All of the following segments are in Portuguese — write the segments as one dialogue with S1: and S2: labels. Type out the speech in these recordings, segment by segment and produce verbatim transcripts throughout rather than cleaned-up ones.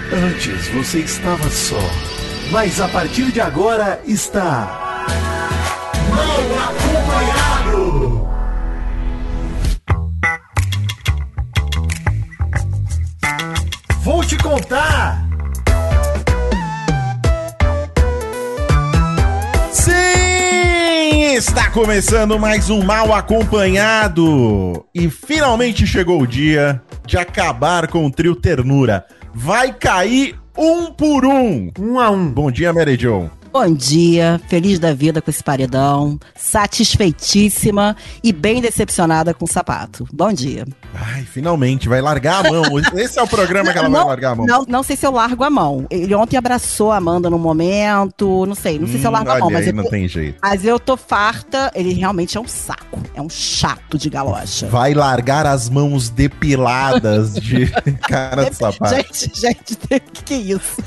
S1: Antes você estava só, mas a partir de agora está mal acompanhado. Vou te contar.
S2: Sim, está começando mais um Mal Acompanhado. E finalmente chegou o dia de acabar com o trio Ternura. Vai cair um por um. Um a um. Bom dia, Mary Jo.
S3: Bom dia, feliz da vida com esse paredão, satisfeitíssima e bem decepcionada com o sapato. Bom dia.
S2: Ai, finalmente, vai largar a mão. Esse é o programa que ela
S3: não,
S2: vai largar a mão.
S3: Não, não sei se eu largo a mão. Ele ontem abraçou a Amanda num momento, não sei, não sei hum, se eu largo a mão. Mas
S2: aí,
S3: eu,
S2: não tem jeito.
S3: Mas eu tô farta, ele realmente é um saco, é um chato de galocha.
S2: Vai largar as mãos depiladas de cara de sapato.
S3: Gente, gente, o que, que é isso?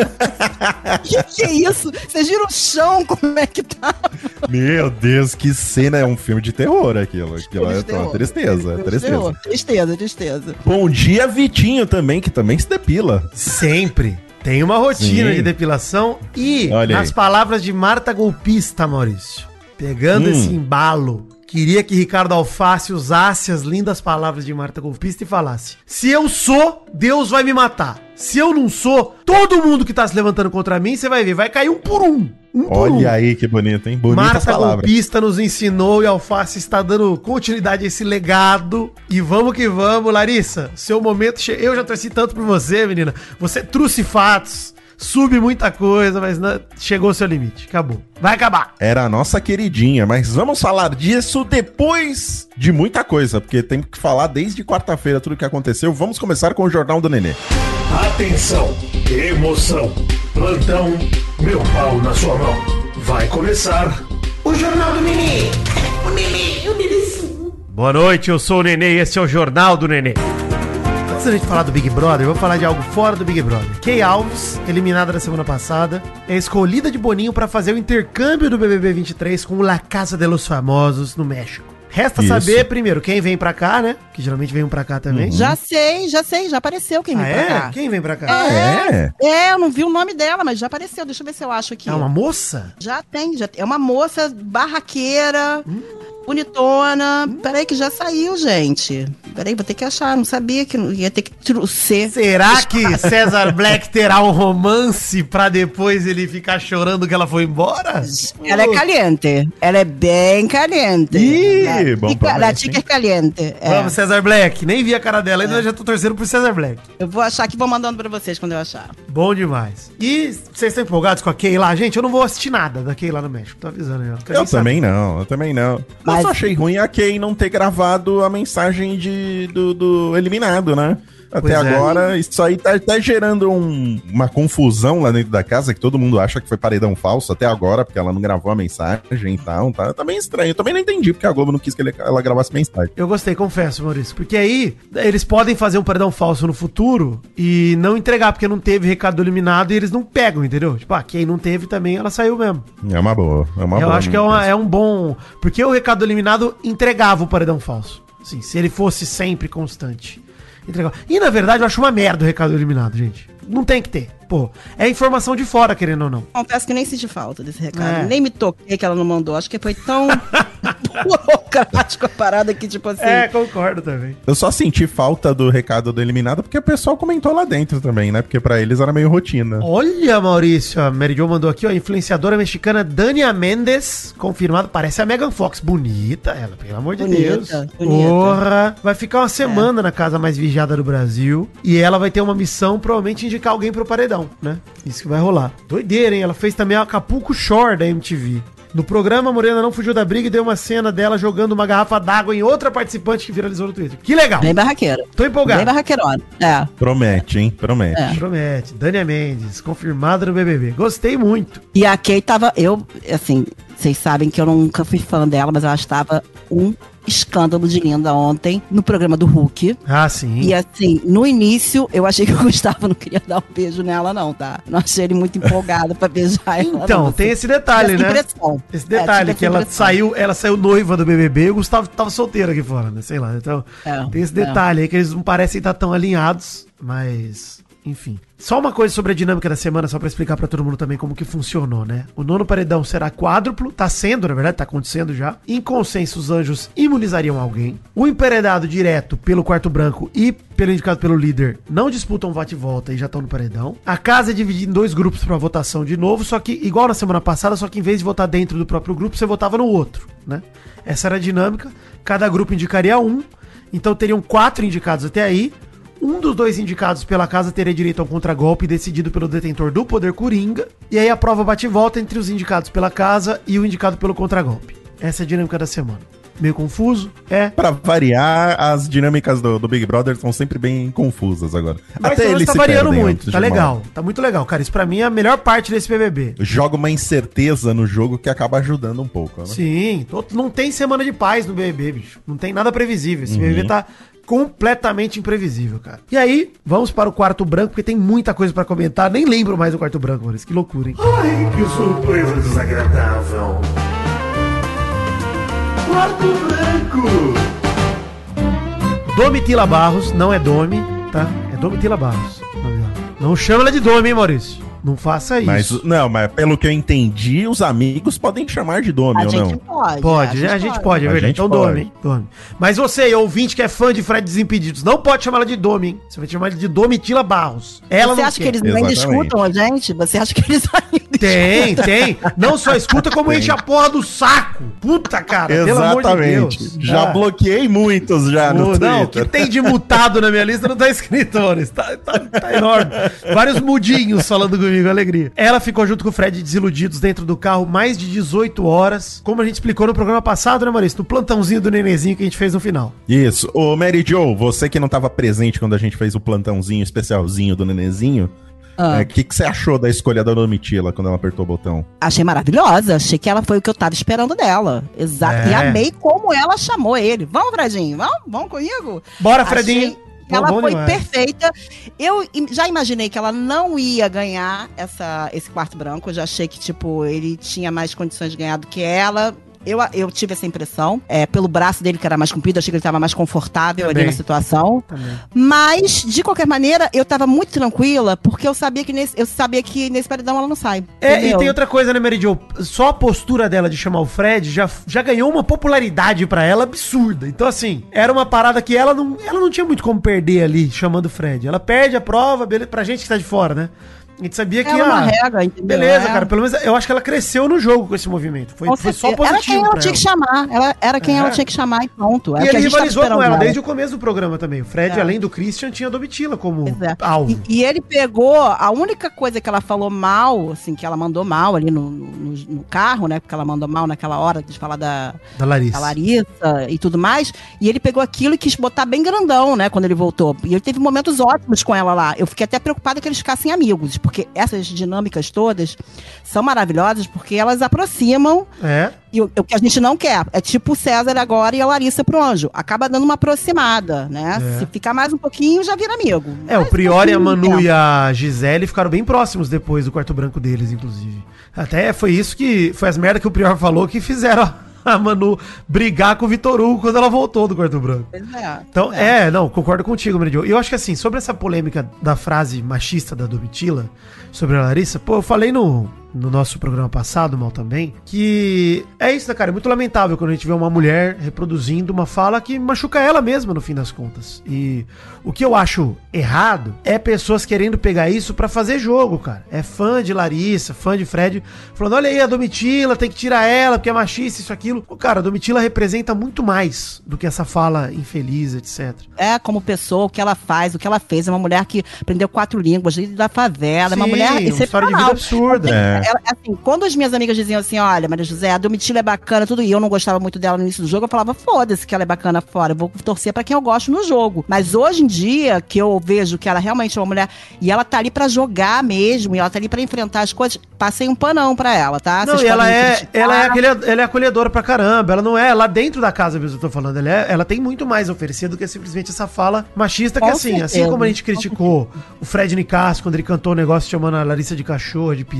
S3: que que é isso? Vocês viram o chão, como é que tá?
S2: Meu Deus, que cena, é um filme de terror aquilo. Aquilo é uma tristeza, é tristeza.
S3: Terror. Tristeza, tristeza.
S2: Bom dia, Vitinho também, que também se depila.
S4: Sempre. Tem uma rotina Sim. de depilação e, Olha nas aí. palavras de Marta Golpista, Maurício, pegando hum. esse embalo, queria que Ricardo Alface usasse as lindas palavras de Marta Golpista e falasse: se eu sou, Deus vai me matar. Se eu não sou, todo mundo que tá se levantando contra mim, você vai ver, vai cair um por um. um por
S2: Olha
S4: um.
S2: aí que bonito, hein? Bonita
S4: Marta Golpista nos ensinou e Alface está dando continuidade a esse legado. E vamos que vamos, Larissa. Seu momento che... Eu já torci tanto por você, menina. Você trouxe fatos. Sube muita coisa, mas não, chegou o seu limite. Acabou. Vai acabar.
S2: Era a nossa queridinha, mas vamos falar disso depois de muita coisa, porque tem que falar desde quarta-feira tudo o que aconteceu. Vamos começar com o Jornal do Nenê.
S1: Atenção, emoção, plantão, meu pau na sua mão. Vai começar o Jornal do Nenê. O Nenê, o Nenê.
S4: Boa noite, eu sou o Nenê e esse é o Jornal do Nenê. Antes da gente falar do Big Brother, eu vou falar de algo fora do Big Brother. Kay Alves, eliminada da semana passada, é escolhida de Boninho pra fazer o intercâmbio do B B B vinte e três com o La Casa de los Famosos no México. Resta Isso. saber, primeiro, quem vem pra cá, né? Que geralmente vem um pra cá também.
S3: Uhum. Já sei, já sei, já apareceu quem vem
S4: ah,
S3: pra
S4: é?
S3: cá.
S4: Quem vem pra cá?
S3: Ah, é? É, eu não vi o nome dela, mas já apareceu. Deixa eu ver se eu acho aqui.
S4: É uma moça?
S3: Já tem, já tem. É uma moça barraqueira, hum. bonitona. Hum. Peraí que já saiu, gente. Peraí, vou ter que achar. Não sabia que ia ter que trouxer.
S4: Será que César Black terá um romance pra depois ele ficar chorando que ela foi embora?
S3: Ela uh. é caliente. Ela é bem caliente.
S2: Ih, é, bom
S3: tica, La chica é caliente. É.
S4: Vamos, César Black. Nem vi a cara dela, ainda é. já tô torcendo pro César Black.
S3: Eu vou achar que vou mandando pra vocês quando eu achar.
S4: Bom demais. E vocês estão empolgados com a Kay lá? Gente, eu não vou assistir nada da Kay lá no México. Tô avisando aí.
S2: Eu, eu também não, eu também não. Mas eu só achei ruim a Kay não ter gravado a mensagem de, do, do eliminado, né? Até pois agora, é. isso aí tá, tá gerando um, uma confusão lá dentro da casa, que todo mundo acha que foi paredão falso até agora, porque ela não gravou a mensagem e tal. Tá, tá bem estranho. Eu também não entendi porque a Globo não quis que ele, ela gravasse mensagem.
S4: Eu gostei, confesso, Maurício. Porque aí, eles podem fazer um paredão falso no futuro e não entregar, porque não teve recado do eliminado e eles não pegam, entendeu? Tipo, ah, quem não teve também, ela saiu mesmo.
S2: É uma boa, é uma
S4: Eu
S2: boa.
S4: Eu acho que é, uma, é um bom... Porque o recado do eliminado entregava o paredão falso. Assim, se ele fosse sempre constante. Entregava. E na verdade eu acho uma merda o recado do eliminado, gente. Não tem que ter. Pô, é informação de fora, querendo ou não.
S3: Confesso que nem senti falta desse recado. É. Nem me toquei que ela não mandou. Acho que foi tão burocrático a parada que, tipo assim...
S4: É, concordo também.
S2: Eu só senti falta do recado do eliminado porque o pessoal comentou lá dentro também, né? Porque pra eles era meio rotina.
S4: Olha, Maurício, a Mary Jo mandou aqui, ó, influenciadora mexicana Dania Mendes, confirmado, parece a Megan Fox. Bonita ela, pelo amor de
S3: bonita,
S4: Deus.
S3: Bonita.
S4: Porra. Vai ficar uma semana é. na casa mais vigiada do Brasil e ela vai ter uma missão, provavelmente indicar alguém pro paredão, né? Isso que vai rolar. Doideira, hein? Ela fez também a Acapulco Shore da M T V. No programa, a Morena não fugiu da briga e deu uma cena dela jogando uma garrafa d'água em outra participante que viralizou no Twitter. Que legal!
S3: Bem barraqueira.
S4: Tô empolgado.
S3: Bem barraqueirona. É.
S2: Promete, hein? Promete.
S4: É. Promete. Dania Mendes, confirmada no B B B. Gostei muito.
S3: E a Kay tava... Eu, assim, vocês sabem que eu nunca fui fã dela, mas ela estava um escândalo de linda ontem no programa do Hulk.
S4: Ah, sim.
S3: E assim, no início, eu achei que o Gustavo não queria dar um beijo nela, não, tá? Não achei ele muito empolgado pra beijar ela.
S4: Então,
S3: não,
S4: tem esse detalhe, né?
S3: Impressão.
S4: Esse detalhe, é, que ela saiu, ela saiu noiva do B B B e o Gustavo tava solteiro aqui fora, né? Sei lá. Então, é, tem esse detalhe é. aí que eles não parecem estar tão alinhados, mas... enfim. Só uma coisa sobre a dinâmica da semana, só pra explicar pra todo mundo também como que funcionou, né? O nono paredão será quádruplo, tá sendo, na verdade, tá acontecendo já. Em consenso, os anjos imunizariam alguém. O emparedado direto pelo quarto branco e pelo indicado pelo líder não disputam voto e volta e já estão no paredão. A casa é dividida em dois grupos pra votação de novo, só que, igual na semana passada, só que em vez de votar dentro do próprio grupo, você votava no outro, né? Essa era a dinâmica. Cada grupo indicaria um, então teriam quatro indicados até aí. Um dos dois indicados pela casa teria direito a um contragolpe decidido pelo detentor do poder coringa. E aí a prova bate e volta entre os indicados pela casa e o indicado pelo contragolpe. Essa é a dinâmica da semana. Meio confuso? É.
S2: Pra variar, as dinâmicas do, do Big Brother são sempre bem confusas agora.
S4: Mas até ele tá variando muito. Tá legal. Tá muito legal, cara. Isso pra mim é a melhor parte desse P B B.
S2: Joga uma incerteza no jogo que acaba ajudando um pouco, né?
S4: Sim. Não tem semana de paz no B B B, bicho. Não tem nada previsível. Esse uhum. B B B tá completamente imprevisível, cara. E aí, vamos para o quarto branco, porque tem muita coisa pra comentar. Nem lembro mais do quarto branco, Maurício. Que loucura, hein?
S1: Ai, que surpresa desagradável. Quarto branco.
S4: Domitila Barros, não é Domi, tá? É Domitila Barros. Não chama ela de Domi, hein, Maurício? Não faça isso.
S2: Mas, não, mas pelo que eu entendi, os amigos podem chamar de Domi, ou não?
S3: A gente pode.
S4: Pode, a gente, a gente pode, pode, é verdade. Então Domi, Domi. Mas você, ouvinte que é fã de Fred Desimpedidos, não pode chamar ela de Domi, hein? Você vai chamar ela de Domitila Barros. Ela
S3: você acha quer. que eles ainda escutam a gente? Você acha que eles ainda
S4: Tem, escutam? tem. Não só escuta, como enche a porra do saco. Puta, cara,
S2: exatamente. Pelo amor de Deus. Já ah. bloqueei muitos já no, no Twitter. Não, o
S4: que tem de mutado na minha lista não tá escrito, Maurício. Tá, tá, tá enorme. Vários mudinhos falando comigo, alegria. Ela ficou junto com o Fred desiludidos dentro do carro mais de dezoito horas, como a gente explicou no programa passado, né, Maurício? No plantãozinho do nenenzinho que a gente fez no final.
S2: Isso. Ô, Mary Jo, você que não tava presente quando a gente fez o plantãozinho especialzinho do nenenzinho, o ah. é, que, que você achou da escolha da Domitila quando ela apertou o botão?
S3: Achei maravilhosa. Achei que ela foi o que eu tava esperando dela. Exato. É. E amei como ela chamou ele. Vamos, Fredinho? Vamos? Vamos comigo?
S4: Bora, Fredinho. Achei...
S3: Ela foi demais. perfeita. Eu já imaginei que ela não ia ganhar essa, esse quarto branco. Eu já achei que, tipo, ele tinha mais condições de ganhar do que ela. Eu, eu tive essa impressão. É, pelo braço dele, que era mais comprido, achei que ele estava mais confortável Também. ali na situação. Também. Mas, de qualquer maneira, eu estava muito tranquila, porque eu sabia que nesse, eu sabia que nesse paredão ela não sai.
S4: É, entendeu? E tem outra coisa, né, Mary Jo? Só a postura dela de chamar o Fred já, já ganhou uma popularidade pra ela absurda. Então, assim, era uma parada que ela não, ela não tinha muito como perder ali, chamando o Fred. Ela perde a prova, beleza, pra gente que tá de fora, né? A gente sabia que
S3: ela
S4: ia...
S3: uma regra, entendeu?
S4: Beleza, é. cara. Pelo menos eu acho que ela cresceu no jogo com esse movimento. Foi, foi só positivo.
S3: Era quem ela tinha
S4: ela.
S3: que chamar. Ela, era quem é. ela tinha que chamar e pronto.
S4: É e ele rivalizou com ela dela. desde o começo do programa também. O Fred, é. além do Christian, tinha a Domitila como é. alvo.
S3: E, e ele pegou a única coisa que ela falou mal, assim, que ela mandou mal ali no, no, no carro, né? Porque ela mandou mal naquela hora de falar da,
S4: da, Larissa.
S3: da Larissa e tudo mais. E ele pegou aquilo e quis botar bem grandão, né? Quando ele voltou. E ele teve momentos ótimos com ela lá. Eu fiquei até preocupada que eles ficassem amigos, porque essas dinâmicas todas são maravilhosas porque elas aproximam
S4: é.
S3: e o, o que a gente não quer. É tipo o César agora e a Larissa pro Anjo. Acaba dando uma aproximada, né? É. Se ficar mais um pouquinho, já vira amigo.
S4: É, Mas o Priori, a Manu tempo. e a Gisele ficaram bem próximos depois do quarto branco deles, inclusive. Até foi isso que... Foi as merdas que o Prior falou que fizeram a Manu brigar com o Vitor Hugo quando ela voltou do quarto branco. Pois é. Então, é, é não, concordo contigo, Meridio. E eu acho que assim, sobre essa polêmica da frase machista da Domitila, sobre a Larissa, pô, eu falei no, no nosso programa passado, mal também, que é isso, né, cara? É muito lamentável quando a gente vê uma mulher reproduzindo uma fala que machuca ela mesma, no fim das contas. E o que eu acho errado é pessoas querendo pegar isso pra fazer jogo, cara. É fã de Larissa, fã de Fred, falando, olha aí, a Domitila, tem que tirar ela, porque é machista, isso, aquilo. Pô, cara, a Domitila representa muito mais do que essa fala infeliz, etcétera.
S3: É, como pessoa, o que ela faz, o que ela fez. É uma mulher que aprendeu quatro línguas, da favela,
S4: Sim,
S3: é uma mulher
S4: uma história de vida absurda.
S3: É. Ela, assim, quando as minhas amigas diziam assim, olha, Maria José, a Domitila é bacana, tudo, e eu não gostava muito dela no início do jogo, eu falava, foda-se que ela é bacana fora, eu vou torcer pra quem eu gosto no jogo. Mas hoje em dia, que eu vejo que ela realmente é uma mulher, e ela tá ali pra jogar mesmo, e ela tá ali pra enfrentar as coisas, passei um panão pra ela, tá?
S4: Não, e ela é, ela, é aquele, ela é acolhedora pra caramba, ela não é lá dentro da casa mesmo, eu tô falando, ela, é, ela tem muito mais a oferecer do que simplesmente essa fala machista, que Com assim, certeza. assim como a gente criticou o Fred Nicasso quando ele cantou o negócio chamando a Larissa de cachorro, de piranha,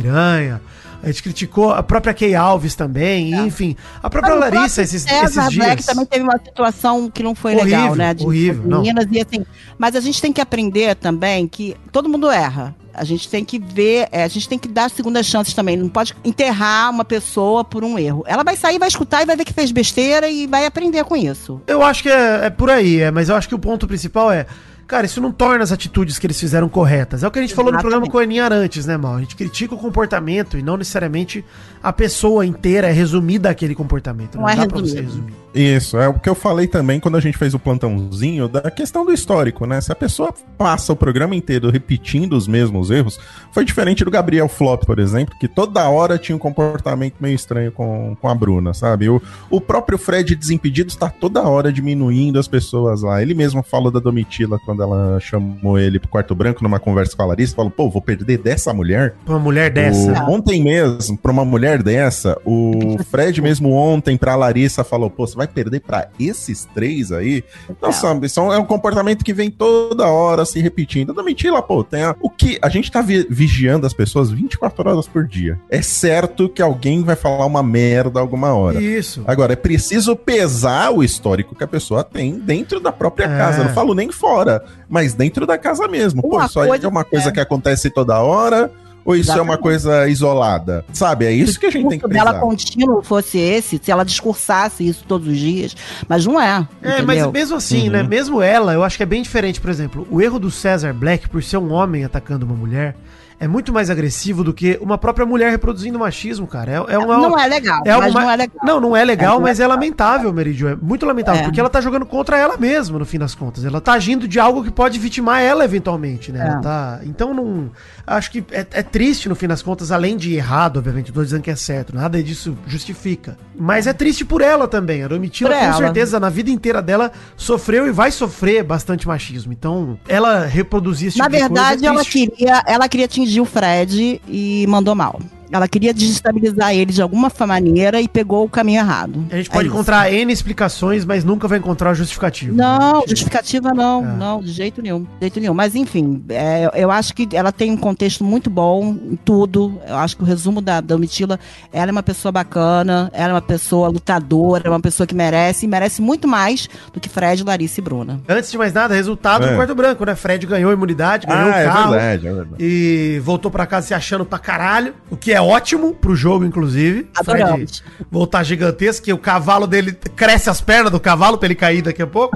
S4: ganhar. A gente criticou a própria Kay Alves também, é. enfim. A própria Mas Larissa esses, esses dias. Black
S3: também teve uma situação que não foi
S4: horrível,
S3: legal, né? De
S4: horrível,
S3: meninas e assim. Mas a gente tem que aprender também que todo mundo erra. A gente tem que ver, é, a gente tem que dar segundas chances também. Não pode enterrar uma pessoa por um erro. Ela vai sair, vai escutar e vai ver que fez besteira e vai aprender com isso.
S4: Eu acho que é, é por aí, é, mas eu acho que o ponto principal é... Cara, isso não torna as atitudes que eles fizeram corretas. É o que a gente Exatamente. falou no programa com a Aninha Arantes, né, Mal? A gente critica o comportamento e não necessariamente a pessoa inteira é resumida àquele comportamento. Não, não é dá pra você resumir.
S2: Isso, é o que eu falei também quando a gente fez o plantãozinho da questão do histórico, né? Se a pessoa passa o programa inteiro repetindo os mesmos erros, foi diferente do Gabriel Flop, por exemplo, que toda hora tinha um comportamento meio estranho com, com a Bruna, sabe? O, o próprio Fred Desimpedidos tá toda hora diminuindo as pessoas lá. Ele mesmo falou da Domitila quando ela chamou ele pro quarto branco numa conversa com a Larissa, falou, pô, vou perder dessa mulher?
S4: Pra uma mulher dessa.
S2: O, ontem mesmo, pra uma mulher dessa, o Fred mesmo ontem pra Larissa falou, pô, você vai perder pra esses três aí? Então, sabe, são, é um comportamento que vem toda hora se repetindo. Não, mentira, pô, tem a, o que a gente tá vi, vigiando as pessoas vinte e quatro horas por dia. É certo que alguém vai falar uma merda alguma hora.
S4: Isso.
S2: Agora, é preciso pesar o histórico que a pessoa tem dentro da própria é. casa. Não falo nem fora, mas dentro da casa mesmo. Uma pô, isso aí é uma coisa é. que acontece toda hora... Ou isso Exatamente. é uma coisa isolada? Sabe, é isso que a gente tem que pensar. Se ela
S3: contínuo fosse esse, se ela discursasse isso todos os dias, mas não é.
S4: É, entendeu? Mas mesmo assim, uhum. né, mesmo ela, eu acho que é bem diferente. Por exemplo, o erro do César Black, por ser um homem atacando uma mulher, é muito mais agressivo do que uma própria mulher reproduzindo machismo, cara. É, é uma,
S3: não é legal,
S4: é
S3: mas
S4: uma,
S3: não é legal.
S4: Não, não é legal, é, mas é lamentável, Meridio. É muito lamentável, é. porque ela tá jogando contra ela mesma, no fim das contas. Ela tá agindo de algo que pode vitimar ela, eventualmente, né? É. Ela tá... Então, não... Acho que é, é triste, no fim das contas, além de errado, obviamente, eu tô dizendo que é certo, nada disso justifica. Mas é triste por ela também. A Domitila, por com ela. certeza, na vida inteira dela, sofreu e vai sofrer bastante machismo. Então, ela reproduzir esse
S3: na
S4: tipo
S3: verdade,
S4: de coisa...
S3: ela queria, ela queria atingir o Fred e mandou mal. Ela queria desestabilizar ele de alguma maneira e pegou o caminho errado.
S4: A gente pode é encontrar N explicações, mas nunca vai encontrar justificativa.
S3: Não, justificativa não, é. não, de jeito nenhum, de jeito nenhum. Mas enfim, é, eu acho que ela tem um contexto muito bom em tudo. Eu acho que o resumo da Domitila, ela é uma pessoa bacana, ela é uma pessoa lutadora, é uma pessoa que merece, e merece muito mais do que Fred, Larissa e Bruna.
S4: Antes de mais nada, resultado é. do quarto branco, né? Fred ganhou a imunidade, ganhou
S2: ah,
S4: o carro.
S2: É verdade, é verdade.
S4: E voltou pra casa se achando pra caralho, o que é ótimo pro jogo, inclusive.
S3: Adoramos.
S4: Fred voltar gigantesco, que o cavalo dele cresce as pernas do cavalo pra ele cair daqui a pouco.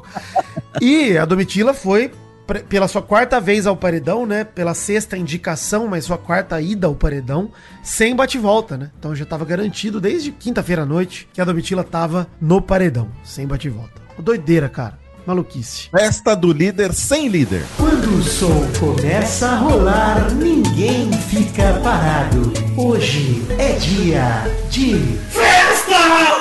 S4: E a Domitila foi pela sua quarta vez ao paredão, né? Pela sexta indicação, mas sua quarta ida ao paredão, sem bate-volta, né? Então já tava garantido desde quinta-feira à noite que a Domitila tava no paredão, sem bate-volta. Doideira, cara. Maluquice.
S2: Festa do líder sem líder.
S1: Quando o som começa a rolar, ninguém fica parado. Hoje é dia de festa!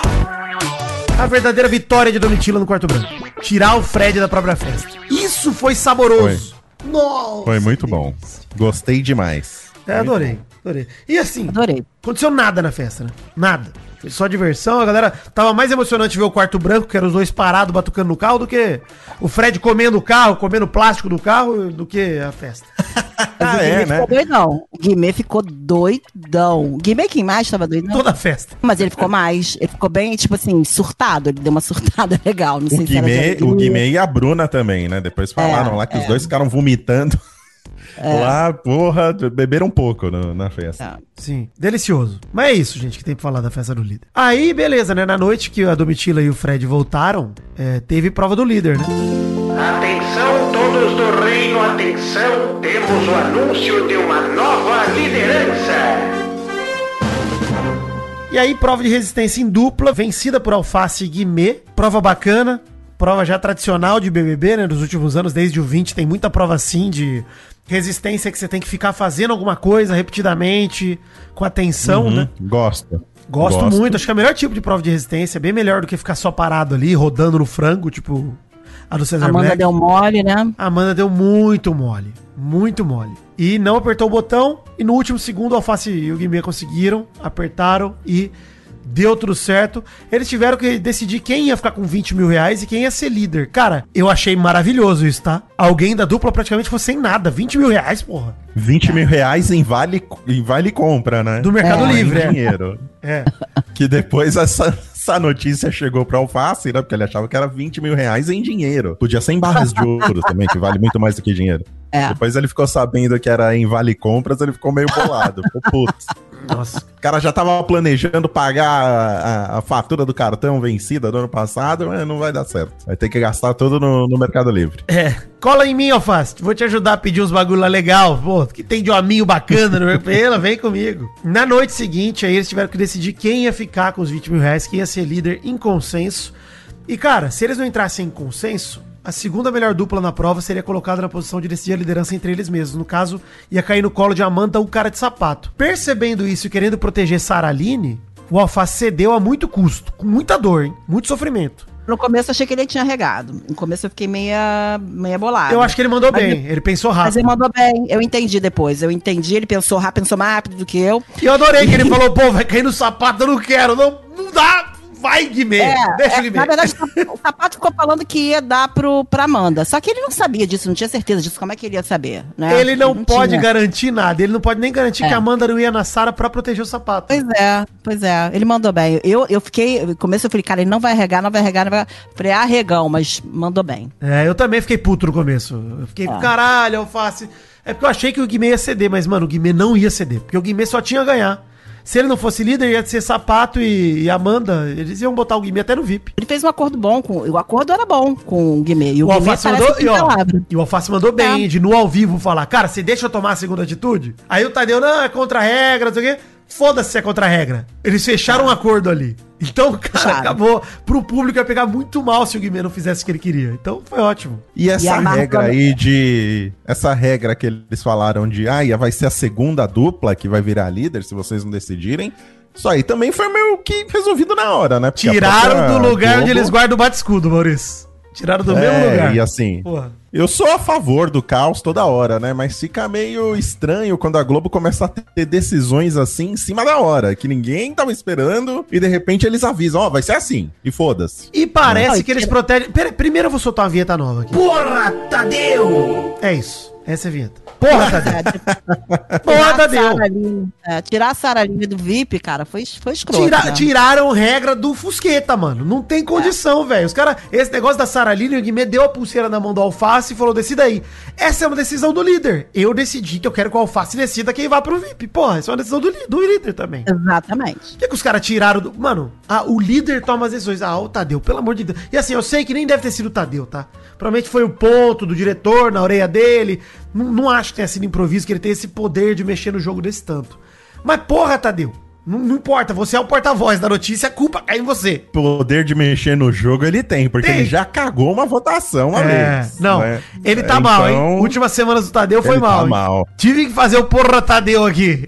S4: A verdadeira vitória de Domitila no quarto branco. Tirar o Fred da própria festa. Isso foi saboroso.
S2: Foi. Nossa. Foi muito bom. Gostei demais.
S4: É, adorei, adorei. E assim,
S3: adorei.
S4: Aconteceu nada na festa, né? Nada. Foi só diversão, a galera... Tava mais emocionante ver o quarto branco, que eram os dois parados, batucando no carro, do que o Fred comendo o carro, comendo plástico do carro, do que a festa.
S3: Mas o é, né? ficou doidão. O Guimê ficou doidão. O Guimê quem mais tava doidão?
S4: Toda a festa.
S3: Mas ele ficou mais. Ele ficou bem, tipo assim, surtado. Ele deu uma surtada legal. Não sei
S2: o
S3: se
S2: Guimê,
S3: era
S2: o Guimê e a Bruna também, né? Depois falaram é, lá que é. os dois ficaram vomitando. É. Lá, porra, beberam um pouco no, na festa.
S4: É. Sim, delicioso. Mas é isso, gente, que tem pra falar da festa do líder. Aí, beleza, né? Na noite que a Domitila e o Fred voltaram, é, teve prova do líder, né?
S1: Atenção, todos do reino, atenção. Temos o anúncio de uma nova liderança.
S4: E aí, prova de resistência em dupla, vencida por Alface e Guimê. Prova bacana. Prova já tradicional de B B B, né? Dos últimos anos, desde o vinte, tem muita prova assim de resistência que você tem que ficar fazendo alguma coisa repetidamente, com atenção, uhum, né?
S2: Gosto.
S4: Gosto. Gosto muito. Acho que é o melhor tipo de prova de resistência. É bem melhor do que ficar só parado ali, rodando no frango, tipo a do César Black.
S3: Amanda deu mole, né?
S4: A Amanda deu muito mole. Muito mole. E não apertou o botão. E no último segundo, o Alface e o Guimê conseguiram, apertaram e deu tudo certo. Eles tiveram que decidir quem ia ficar com vinte mil reais e quem ia ser líder. Cara, eu achei maravilhoso isso, tá? Alguém da dupla praticamente ficou sem nada. vinte mil reais, porra.
S2: vinte mil reais em vale, em vale compra, né?
S4: Do Mercado
S2: é.
S4: Livre,
S2: é. Dinheiro. É. Que depois essa, essa notícia chegou pra Alface, né? Porque ele achava que era vinte mil reais em dinheiro. Podia ser em barras de ouro também, que vale muito mais do que dinheiro. É. Depois ele ficou sabendo que era em vale compras, ele ficou meio bolado. Ficou puto. Nossa. O cara já tava planejando pagar a, a, a fatura do cartão vencida do ano passado, mas não vai dar certo. Vai ter que gastar tudo no, no Mercado Livre.
S4: É. Cola em mim, Alface. Vou te ajudar a pedir uns bagulho lá legal. Pô, que tem de um amigo bacana no Mercado. Vem comigo. Na noite seguinte, aí eles tiveram que decidir quem ia ficar com os vinte mil reais, quem ia ser líder em consenso. E, cara, se eles não entrassem em consenso, a segunda melhor dupla na prova seria colocada na posição de decidir a liderança entre eles mesmos. No caso, ia cair no colo de Amanda, o cara de sapato. Percebendo isso e querendo proteger Saraline, o Alface cedeu a muito custo, com muita dor, hein? Muito sofrimento.
S3: No começo eu achei que ele tinha regado. No começo eu fiquei meia, meia bolada.
S4: Eu acho que ele mandou mas bem, ele, ele pensou rápido. Mas
S3: ele mandou bem, eu entendi depois. Eu entendi, ele pensou rápido, pensou mais rápido do que eu.
S4: E eu adorei que ele falou, pô, vai cair no sapato, eu não quero, não, não dá. Vai, Guimê,
S3: é,
S4: deixa
S3: é,
S4: o Guimê.
S3: Na verdade, o Sapato ficou falando que ia dar pro, pra Amanda. Só que ele não sabia disso, não tinha certeza disso. Como é que ele ia saber? Né?
S4: Ele não, ele não pode tinha. garantir nada. Ele não pode nem garantir é. que a Amanda não ia na Sara pra proteger o Sapato.
S3: Pois é, pois é. Ele mandou bem. Eu, eu fiquei, no começo eu falei, cara, ele não vai regar, não vai regar, não vai... Falei, ah, regão, mas mandou bem.
S4: É, eu também fiquei puto no começo. Eu fiquei, é. caralho, Alface. É porque eu achei que o Guimê ia ceder, mas, mano, o Guimê não ia ceder. Porque o Guimê só tinha a ganhar. Se ele não fosse líder, ia ser Sapato e, e Amanda. Eles iam botar o Guimê até no V I P.
S3: Ele fez um acordo bom. Com, o acordo era bom com o Guimê. E o,
S4: o Alface mandou, e, ó, e o Alface mandou bem, é. de no ao vivo falar, cara, você deixa eu tomar a segunda atitude? Aí o Tadeu, não, é contra a regra, não sei o quê. Foda-se se é contra a regra. Eles fecharam um acordo ali. Então, cara, claro. acabou. Pro público ia pegar muito mal se o Guimê não fizesse o que ele queria. Então, foi ótimo.
S2: E essa e regra marca... aí de... Essa regra que eles falaram de... Ah, vai ser a segunda dupla que vai virar líder se vocês não decidirem. Isso aí também foi meio que resolvido na hora, né?
S4: Porque tiraram do lugar Globo... onde eles guardam o bate-escudo, Maurício. Tiraram do é, mesmo lugar.
S2: E assim, porra. Eu sou a favor do caos toda hora, né? Mas fica meio estranho quando a Globo começa a ter decisões assim em cima da hora, que ninguém tava esperando, e de repente eles avisam, ó, oh, vai ser assim, e foda-se.
S4: E parece não, que eles protegem... Pera, primeiro eu vou soltar uma vinheta nova aqui.
S1: Porra, Tadeu!
S4: É isso. Essa é a vinheta. Porra, Tadeu. Porra, Tadeu.
S3: É, tirar a Saraline do V I P, cara, foi, foi escroto.
S4: Tira,
S3: né?
S4: Tiraram regra do Fusqueta, mano. Não tem condição, é. velho. Os caras, esse negócio da Saraline, o Guimê deu a pulseira na mão do Alface e falou, decida aí. Essa é uma decisão do líder. Eu decidi que eu quero que o Alface decida quem vai pro V I P. Porra, essa é uma decisão do, do líder também.
S3: Exatamente.
S4: O que, que os caras tiraram do... Mano, a, o líder toma as decisões. Ah, o Tadeu, pelo amor de Deus. E assim, eu sei que nem deve ter sido o Tadeu, tá? Provavelmente foi o ponto do diretor na orelha dele. Não, não acho que tenha sido improviso, que ele tem esse poder de mexer no jogo desse tanto. Mas porra, Tadeu, não, não importa, você é o porta-voz da notícia, a culpa cai em você.
S2: Poder de mexer no jogo ele tem, porque tem. Ele já cagou uma votação uma
S4: é, vez. Não, né? Ele tá é, mal, então... hein? Últimas semanas do Tadeu foi mal. Tá mal. Tive que fazer o porra Tadeu aqui.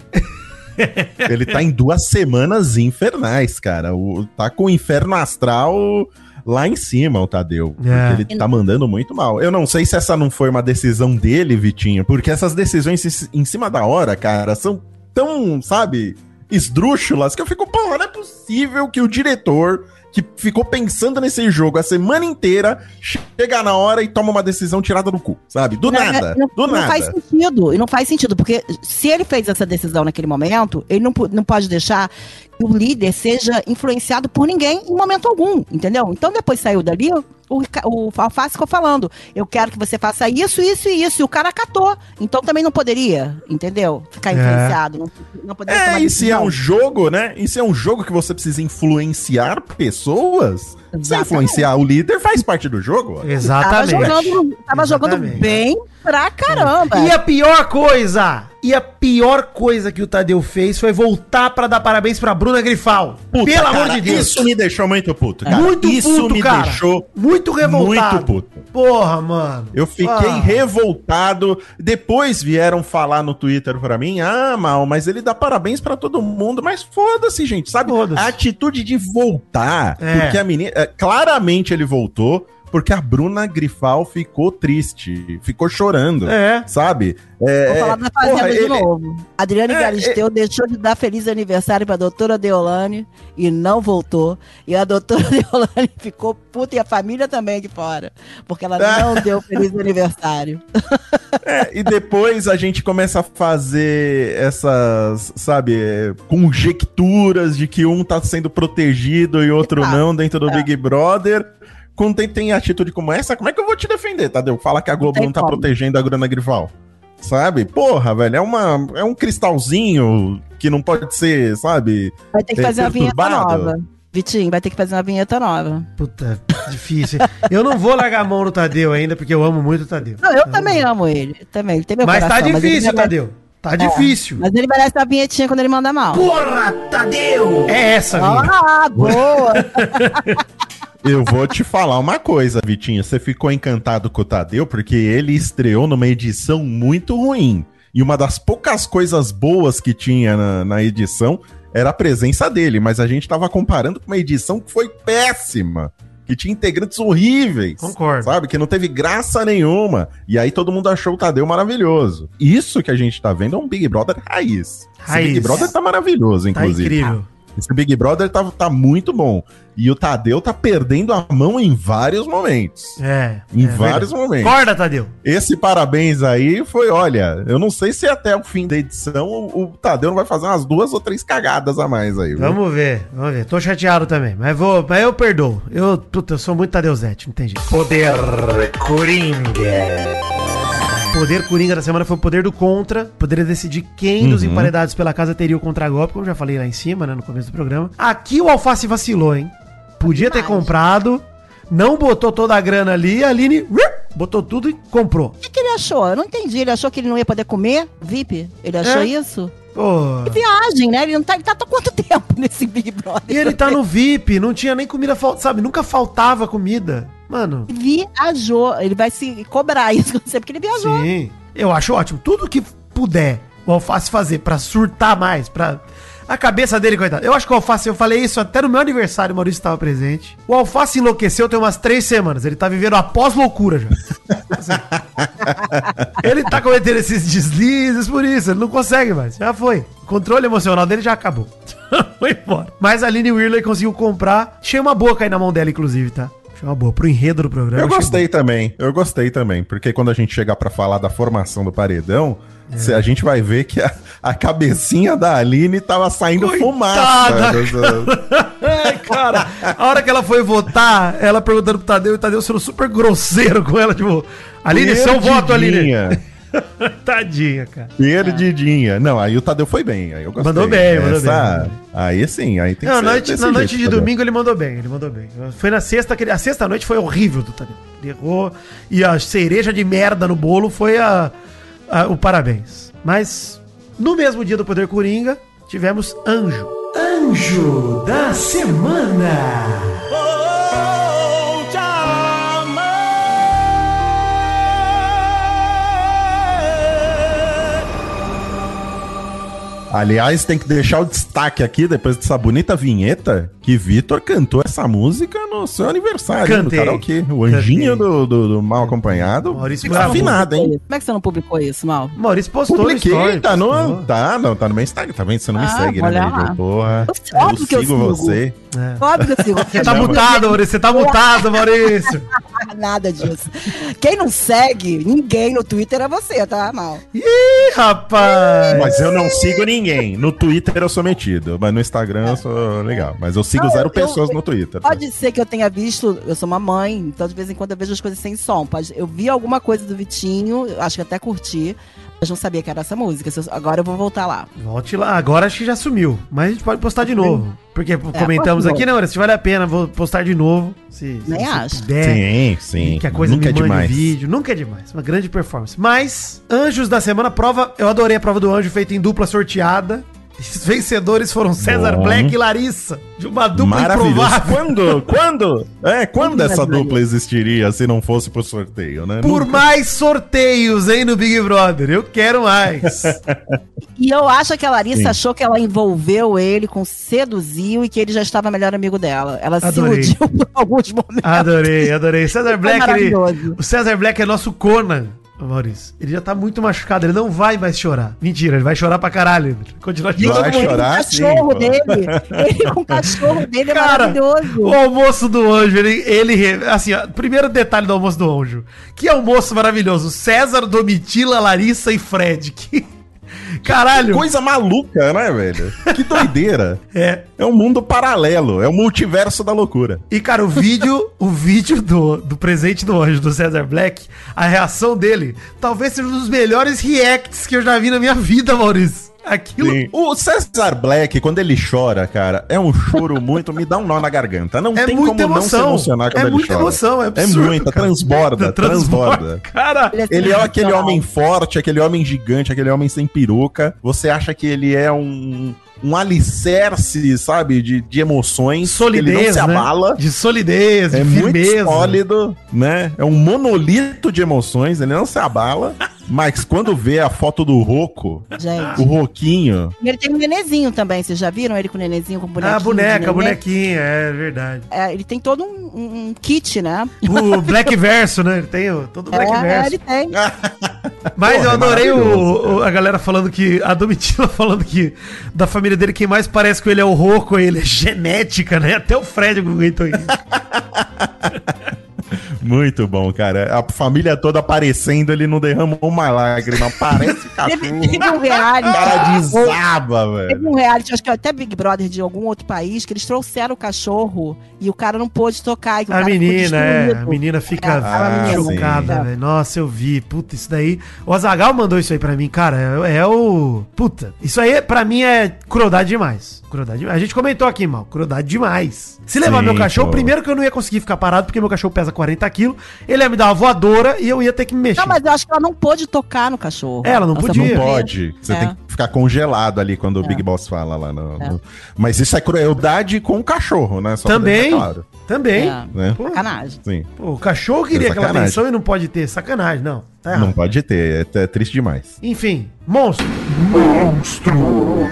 S2: Ele tá em duas semanas infernais, cara. O, tá com o inferno astral... lá em cima, o Tadeu. É. Porque ele tá mandando muito mal. Eu não sei se essa não foi uma decisão dele, Vitinho, porque essas decisões em cima da hora, cara, são tão, sabe, esdrúxulas, que eu fico, pô, não é possível que o diretor, que ficou pensando nesse jogo a semana inteira, chega na hora e toma uma decisão tirada do cu, sabe? Do não, nada, não, do
S3: não
S2: nada.
S3: Não faz sentido, e não faz sentido, porque se ele fez essa decisão naquele momento, ele não, não pode deixar que o líder seja influenciado por ninguém em momento algum, entendeu? Então depois saiu dali, o, o Alface ficou falando, eu quero que você faça isso, isso e isso, e o cara acatou, então também não poderia, entendeu? Ficar influenciado, é. não, não poderia
S2: É, e se é um jogo, né? E se é um jogo que você precisa influenciar pessoas, se influenciar o líder faz parte do jogo.
S4: Ó. Exatamente.
S3: Tava jogando, tava Exatamente. jogando bem pra caramba.
S4: E a pior coisa, e a pior coisa que o Tadeu fez foi voltar pra dar parabéns pra Bruna Grifal.
S2: Puta, Pelo cara, amor de Deus. Isso me deixou muito puto, cara.
S4: Muito
S2: isso
S4: puto,
S2: me
S4: cara.
S2: deixou
S4: muito revoltado.
S2: Muito puto.
S4: Porra, mano.
S2: Eu fiquei ah. revoltado. Depois vieram falar no Twitter pra mim, ah, Mal, mas ele dá parabéns pra todo mundo. Mas foda-se, gente, sabe? A atitude de voltar, é. porque a menina... Claramente ele voltou porque a Bruna Grifal ficou triste, ficou chorando,
S4: é.
S2: sabe?
S3: É, Vou falar da Fazenda porra, de ele... novo. Adriane é, Galisteu é... deixou de dar feliz aniversário pra doutora Deolane e não voltou. E a doutora Deolane ficou puta e a família também de fora, porque ela não deu feliz aniversário.
S2: É, e depois a gente começa a fazer essas, sabe, conjecturas de que um tá sendo protegido e outro ah, não dentro do é. Big Brother. Quando tem, tem atitude como essa, como é que eu vou te defender, Tadeu? Fala que a Globo não, não tá como. protegendo a Bruna Grifal. Sabe? Porra, velho, é, uma, é um cristalzinho que não pode ser, sabe?
S3: Vai ter que fazer uma vinheta nova. Vitinho, vai ter que fazer uma vinheta nova.
S4: Puta, difícil. Eu não vou largar a mão no Tadeu ainda, porque eu amo muito o Tadeu.
S3: Não, eu, eu também amo ele. Também. Ele tem meu
S4: mas
S3: coração,
S4: tá difícil,
S3: mas
S4: Tadeu. Tá é, difícil.
S3: Mas ele merece uma vinhetinha quando ele manda mal.
S1: Porra, Tadeu!
S4: É essa, vinheta.
S3: Ah, boa!
S2: Eu vou te falar uma coisa, Vitinho. Você ficou encantado com o Tadeu porque ele estreou numa edição muito ruim. E uma das poucas coisas boas que tinha na, na edição era a presença dele. Mas a gente tava comparando com uma edição que foi péssima. Que tinha integrantes horríveis.
S4: Concordo.
S2: Sabe? Que não teve graça nenhuma. E aí todo mundo achou o Tadeu maravilhoso. Isso que a gente tá vendo é um Big Brother raiz.
S4: Raiz.
S2: Esse Big Brother tá maravilhoso, inclusive.
S4: Tá incrível.
S2: Esse Big Brother tá, tá muito bom. E o Tadeu tá perdendo a mão em vários momentos.
S4: É.
S2: Em
S4: é
S2: vários
S4: verdade.
S2: momentos.
S4: Acorda, Tadeu.
S2: Esse parabéns aí foi, olha, eu não sei se até o fim da edição o, o Tadeu não vai fazer umas duas ou três cagadas a mais aí. Viu?
S4: Vamos ver, vamos ver. Tô chateado também, mas, vou, mas eu perdoo. Eu, puta, eu sou muito Tadeuzete, não tem jeito.
S1: Poder Coringa.
S4: Poder Coringa da semana foi o poder do contra. Poderia decidir quem uhum. dos emparedados pela casa teria o contra-golpe, como eu já falei lá em cima, né, no começo do programa. Aqui o Alface vacilou, hein? Podia ter comprado, não botou toda a grana ali, a Aline botou tudo e comprou.
S3: O que, que ele achou? Eu não entendi. Ele achou que ele não ia poder comer V I P? Ele achou é. isso?
S4: Pô.
S3: Que viagem, né? Ele não tá, ele tá há quanto tempo nesse Big Brother?
S4: E ele tá no V I P, não tinha nem comida, sabe? Nunca faltava comida. Mano.
S3: Viajou. Ele vai se cobrar isso, não sei porque ele viajou.
S4: Sim. Eu acho ótimo. Tudo que puder o Alface fazer pra surtar mais, pra... A cabeça dele, coitado. Eu acho que o Alface, eu falei isso até no meu aniversário, o Maurício estava presente. O Alface enlouqueceu tem umas três semanas. Ele tá vivendo a pós-loucura já. Assim. Ele tá cometendo esses deslizes por isso. Ele não consegue mais. Já foi. O controle emocional dele já acabou. Foi embora. Mas a Aline Whirley conseguiu comprar. Achei uma boa cair na mão dela, inclusive, tá? Achei uma boa. Pro enredo do programa.
S2: Eu gostei também. Eu gostei também. Porque quando a gente chegar pra falar da formação do paredão, é. a gente vai ver que a, a cabecinha da Aline tava saindo Coitada, fumaça.
S4: Ai, cara, a hora que ela foi votar, ela perguntando pro Tadeu, e o Tadeu sendo super grosseiro com ela, tipo, Aline, seu voto, Aline. Tadinha, cara.
S2: Perdidinha. Não, aí o Tadeu foi bem. Aí eu gostei.
S4: Mandou bem, mandou
S2: Essa...
S4: bem.
S2: Aí sim, aí tem
S4: Não,
S2: que
S4: noite,
S2: ser.
S4: Na noite de
S2: Tadeu.
S4: domingo ele mandou bem, ele mandou bem. Foi na sexta, a sexta noite foi horrível do Tadeu. Ele errou. E a cereja de merda no bolo foi a, a, o parabéns. Mas no mesmo dia do Poder Coringa, tivemos Anjo.
S1: Anjo da Semana.
S2: Aliás, tem que deixar o destaque aqui, depois dessa bonita vinheta, que Vitor cantou essa música no seu aniversário.
S4: Cantei.
S2: No karaokê. O anjinho do, do, do Mal Acompanhado.
S4: Maurício
S2: tá afinado, hein?
S3: Como é que você não publicou isso, Mal?
S4: Maurício postou
S2: Publiquei,
S4: no story,
S2: tá,
S4: postou.
S2: no, tá, não, tá no meu Instagram. Tá vendo? Você não me
S3: Ah,
S2: segue, né,
S3: olha
S2: Maurício?
S3: lá.
S2: Porra.
S3: Eu- óbvio
S2: eu
S3: que eu
S2: sigo
S3: sigo.
S2: você.
S4: É.
S3: Óbvio que eu sigo.
S4: Você tá mutado, Maurício. Você tá mutado, Maurício.
S3: Nada disso. Quem não segue ninguém no Twitter é você, tá, Mal?
S4: Ih, rapaz.
S2: Mas eu não sigo ninguém. No Twitter eu sou metido, mas no Instagram eu sou legal. Mas eu sigo
S3: Não,
S2: zero
S3: eu-
S2: pessoas
S3: eu-
S2: no Twitter.
S3: Pode ser que eu tenha visto, eu sou uma mãe, então de vez em quando eu vejo as coisas sem som. Pode, eu vi alguma coisa do Vitinho, acho que até curti, mas não sabia que era essa música. Se eu- Agora eu vou voltar lá.
S4: Volte lá. Agora acho que já sumiu. Mas a gente pode postar de novo. Porque comentamos
S3: posta de
S4: aqui, né, se vale a pena, vou postar de novo. Se, se
S3: Nem
S4: você
S3: acho.
S4: puder.
S2: Sim, sim.
S4: Que a coisa
S2: Nunca
S4: me
S2: é
S4: mande
S2: demais.
S4: vídeo. Nunca é demais. Uma grande performance. Mas, Anjos da Semana, prova. Eu adorei a prova do anjo feita em dupla sorteada. Os vencedores foram César Bom. Black e Larissa, de uma dupla
S2: improvável. Quando? Quando? É, quando essa dupla existiria se não fosse por sorteio, né?
S4: Por Nunca. mais sorteios, hein, no Big Brother. Eu quero mais.
S3: E eu acho que a Larissa Sim. achou que ela envolveu ele, com seduziu e que ele já estava melhor amigo dela. Ela
S4: adorei.
S3: se iludiu por alguns momentos.
S4: Adorei, adorei. César Black, ele, o César Black é nosso Conan. Maurício, ele já tá muito machucado, ele não vai mais chorar. Mentira, ele vai chorar pra caralho.
S2: Continua chorando. Vai chorar sim,
S3: o cachorro dele. Ele com o cachorro dele é Cara, maravilhoso.
S4: O almoço do anjo, ele, ele assim, ó, primeiro detalhe do almoço do anjo. Que almoço maravilhoso. César, Domitila, Larissa e Fred. Que... Caralho.
S2: Que coisa maluca, né, velho? Que doideira.
S4: É.
S2: É um mundo paralelo, é o multiverso da loucura.
S4: E, cara, o vídeo, o vídeo do, do presente do anjo, do César Black, a reação dele, talvez seja um dos melhores reacts que eu já vi na minha vida, Maurício. Aquilo...
S2: Sim. O César Black, quando ele chora, cara, é um choro muito... me dá um nó na garganta. Não
S4: é
S2: tem como
S4: emoção.
S2: não se emocionar quando
S4: é
S2: ele
S4: muita
S2: chora.
S4: Emoção, é absurdo,
S2: É muita,
S4: cara.
S2: transborda, transborda. transborda.
S4: Cara,
S2: ele é aquele homem forte, aquele homem gigante, aquele homem sem peruca. Você acha que ele é um... um alicerce, sabe, de, de emoções.
S4: Solidez,
S2: ele não se abala.
S4: Né? De solidez,
S2: é
S4: de firmeza.
S2: Muito sólido, né? É um monolito de emoções, ele não se abala. Mas quando vê a foto do Roco,
S3: Gente.
S2: o Roquinho...
S3: E ele tem um nenezinho também, vocês já viram ele com o nenezinho, com o bonequinho?
S4: Ah, boneca, bonequinha, é verdade.
S3: É, ele tem todo um, um, um kit, né?
S4: O Black Verso, né? Ele tem o, todo o Black
S3: é,
S4: Verso.
S3: É, ele tem.
S4: Mas
S2: Porra,
S4: eu adorei
S2: é
S4: o, o, a galera falando que, a Domitila falando que da família dele, quem mais parece com ele é o Roco, ele é genética, né? Até o Fred aguentou isso.
S2: Muito bom, cara. A família toda aparecendo, ele não derrama uma lágrima. Parece cachorro.
S3: Teve um reality.
S2: O cara desaba, velho.
S3: Teve um reality, acho que até Big Brother de algum outro país, que eles trouxeram o cachorro e o cara não pôde tocar. E o
S4: a
S3: cara
S4: menina, é. A menina fica é, ah, chocada, velho. Nossa, eu vi. Puta, isso daí... O Azaghal mandou isso aí pra mim, cara. É, é o... Puta. Isso aí, pra mim, é crueldade demais. Crueldade. A gente comentou aqui, mal. Crueldade demais. Se levar Sim, meu cachorro, pô. primeiro que eu não ia conseguir ficar parado, porque meu cachorro pesa quarenta quilos, ele ia me dar uma voadora e eu ia ter que me mexer. Não,
S3: mas eu acho que ela não pôde tocar no cachorro.
S4: É, ela não
S2: Nossa,
S4: podia.
S2: Não pode. Você é. tem que ficar congelado ali quando é. o Big Boss fala lá. No, é. no... Mas isso é crueldade com o cachorro, né?
S4: Só Também. Claro. Também.
S3: É. Né? Sacanagem.
S2: Sim.
S4: Pô, o cachorro queria é aquela atenção e não pode ter. Sacanagem, não. Tá errado.
S2: Não pode ter. É, é triste demais.
S4: Enfim, monstro.
S1: Monstro.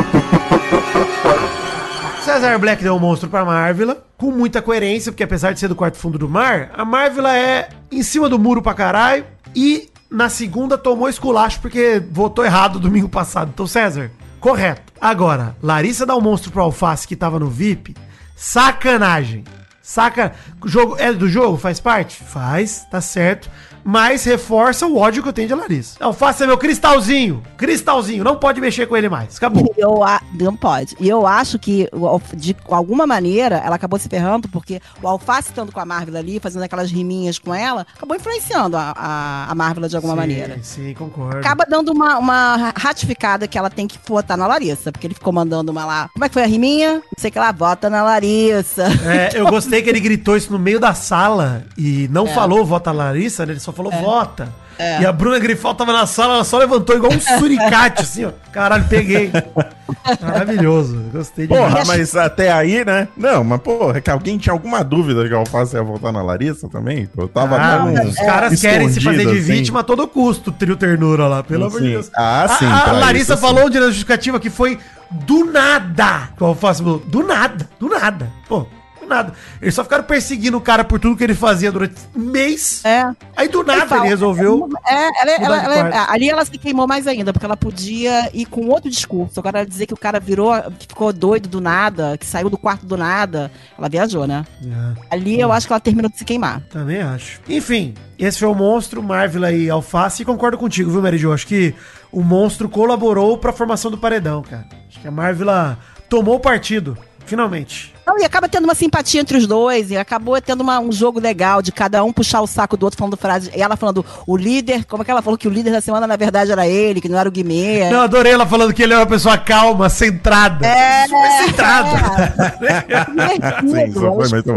S4: César Black deu um monstro pra Marvila, com muita coerência, porque apesar de ser do quarto fundo do mar, a Marvila é em cima do muro pra caralho e na segunda tomou esculacho porque votou errado domingo passado. Então, César, correto. Agora, Larissa dá um monstro pro Alface que tava no V I P, sacanagem. Saca? Jogo, é do jogo? Faz parte? Faz, tá certo. Mas reforça o ódio que eu tenho de Larissa. Alface é meu cristalzinho. Cristalzinho. Não pode mexer com ele mais. Acabou.
S3: Eu a... Não pode. E eu acho que, de alguma maneira, ela acabou se ferrando, porque o Alface estando com a Marvila ali, fazendo aquelas riminhas com ela, acabou influenciando a, a, a Marvila de alguma
S4: sim,
S3: maneira.
S4: Sim, concordo.
S3: Acaba dando uma, uma ratificada que ela tem que votar na Larissa, porque ele ficou mandando uma lá. Como é que foi a riminha? Não sei o que lá, vota na Larissa.
S4: É, eu gostei que ele gritou isso no meio da sala e não é. falou vota na Larissa, né? Ele só falou é. vota. É. E a Bruna Grifal tava na sala, ela só levantou igual um suricate, assim, ó. Caralho, peguei. Maravilhoso. Gostei de
S2: Porra, mas até aí, né? Não, mas porra, que alguém tinha alguma dúvida de que o Alface ia voltar na Larissa também? Eu tava
S4: ah, tão, os caras querem se fazer de assim. vítima a todo custo, trio ternura lá, pelo amor de Deus.
S2: Ah, sim.
S4: A, a Larissa isso, falou de justificativa que foi do nada. O Alface falou, do nada, do nada. Pô. Nada. Eles só ficaram perseguindo o cara por tudo que ele fazia durante um mês.
S3: É.
S4: Aí do nada fala, ele resolveu.
S3: É, ela, ela, ela, ela, ali ela se queimou mais ainda, porque ela podia ir com outro discurso. Agora dizer que o cara virou, que ficou doido do nada, que saiu do quarto do nada. Ela viajou, né? É. Ali eu acho que ela terminou de se queimar.
S4: Também acho. Enfim, esse foi o monstro, Marvila e Alface. E concordo contigo, viu, Mary Jo? Acho que o monstro colaborou pra formação do paredão, cara. Acho que a Marvila tomou o partido. Finalmente.
S3: Não, e acaba tendo uma simpatia entre os dois, e acabou tendo uma, um jogo legal de cada um puxar o saco do outro, falando frase. E ela falando, o líder, como é que ela falou que o líder da semana na verdade era ele, que não era o Guimê.
S4: Não, adorei ela falando que ele é uma pessoa calma, centrada.
S3: É,
S4: super centrada.
S3: É.
S2: Sim, isso foi muito bom.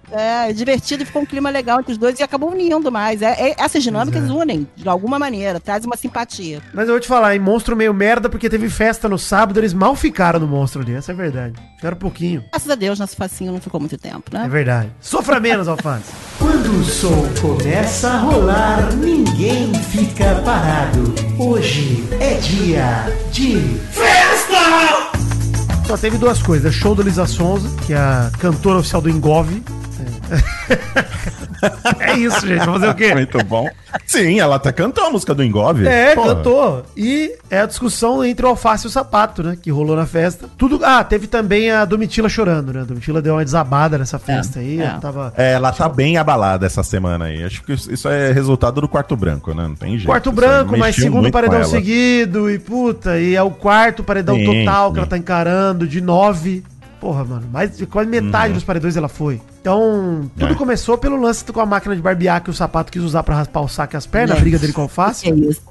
S3: É, divertido e ficou um clima legal entre os dois e acabou unindo mais. É, é, essas dinâmicas é. unem, de alguma maneira, traz uma simpatia.
S4: Mas eu vou te falar, em Monstro meio merda, porque teve festa no sábado, eles mal ficaram no Monstro ali, essa é a verdade. Ficaram um pouquinho.
S3: Graças a Deus, nosso facinho não ficou muito tempo, né?
S4: É verdade. Sofra menos, Alface.
S1: Quando o som começa a rolar, ninguém fica parado. Hoje é dia de festa!
S4: Só teve duas coisas. Show da Luísa Sonza, que é a cantora oficial do Engove. É, é isso, gente. Vamos fazer o quê?
S2: Muito bom. Sim, ela até cantou a música do Engove.
S4: É, porra. Cantou. E é a discussão entre o Alface e o Sapato, né? Que rolou na festa. Tudo. Ah, teve também a Domitila chorando, né? A Domitila deu uma desabada nessa festa é, aí.
S3: É.
S4: Ela, tava...
S2: é, ela tá bem abalada essa semana aí. Acho que isso é resultado do quarto branco, né? Não tem jeito.
S4: Quarto branco, mas segundo paredão seguido. E puta, e é o quarto paredão sim, total sim. que ela tá encarando, de nove. Porra, mano, mais de quase metade uhum. dos paredões ela foi. Então, tudo é. começou pelo lance com a máquina de barbear que o Sapato quis usar pra raspar o saco e as pernas, a briga dele com o Alface.
S3: Que é isso?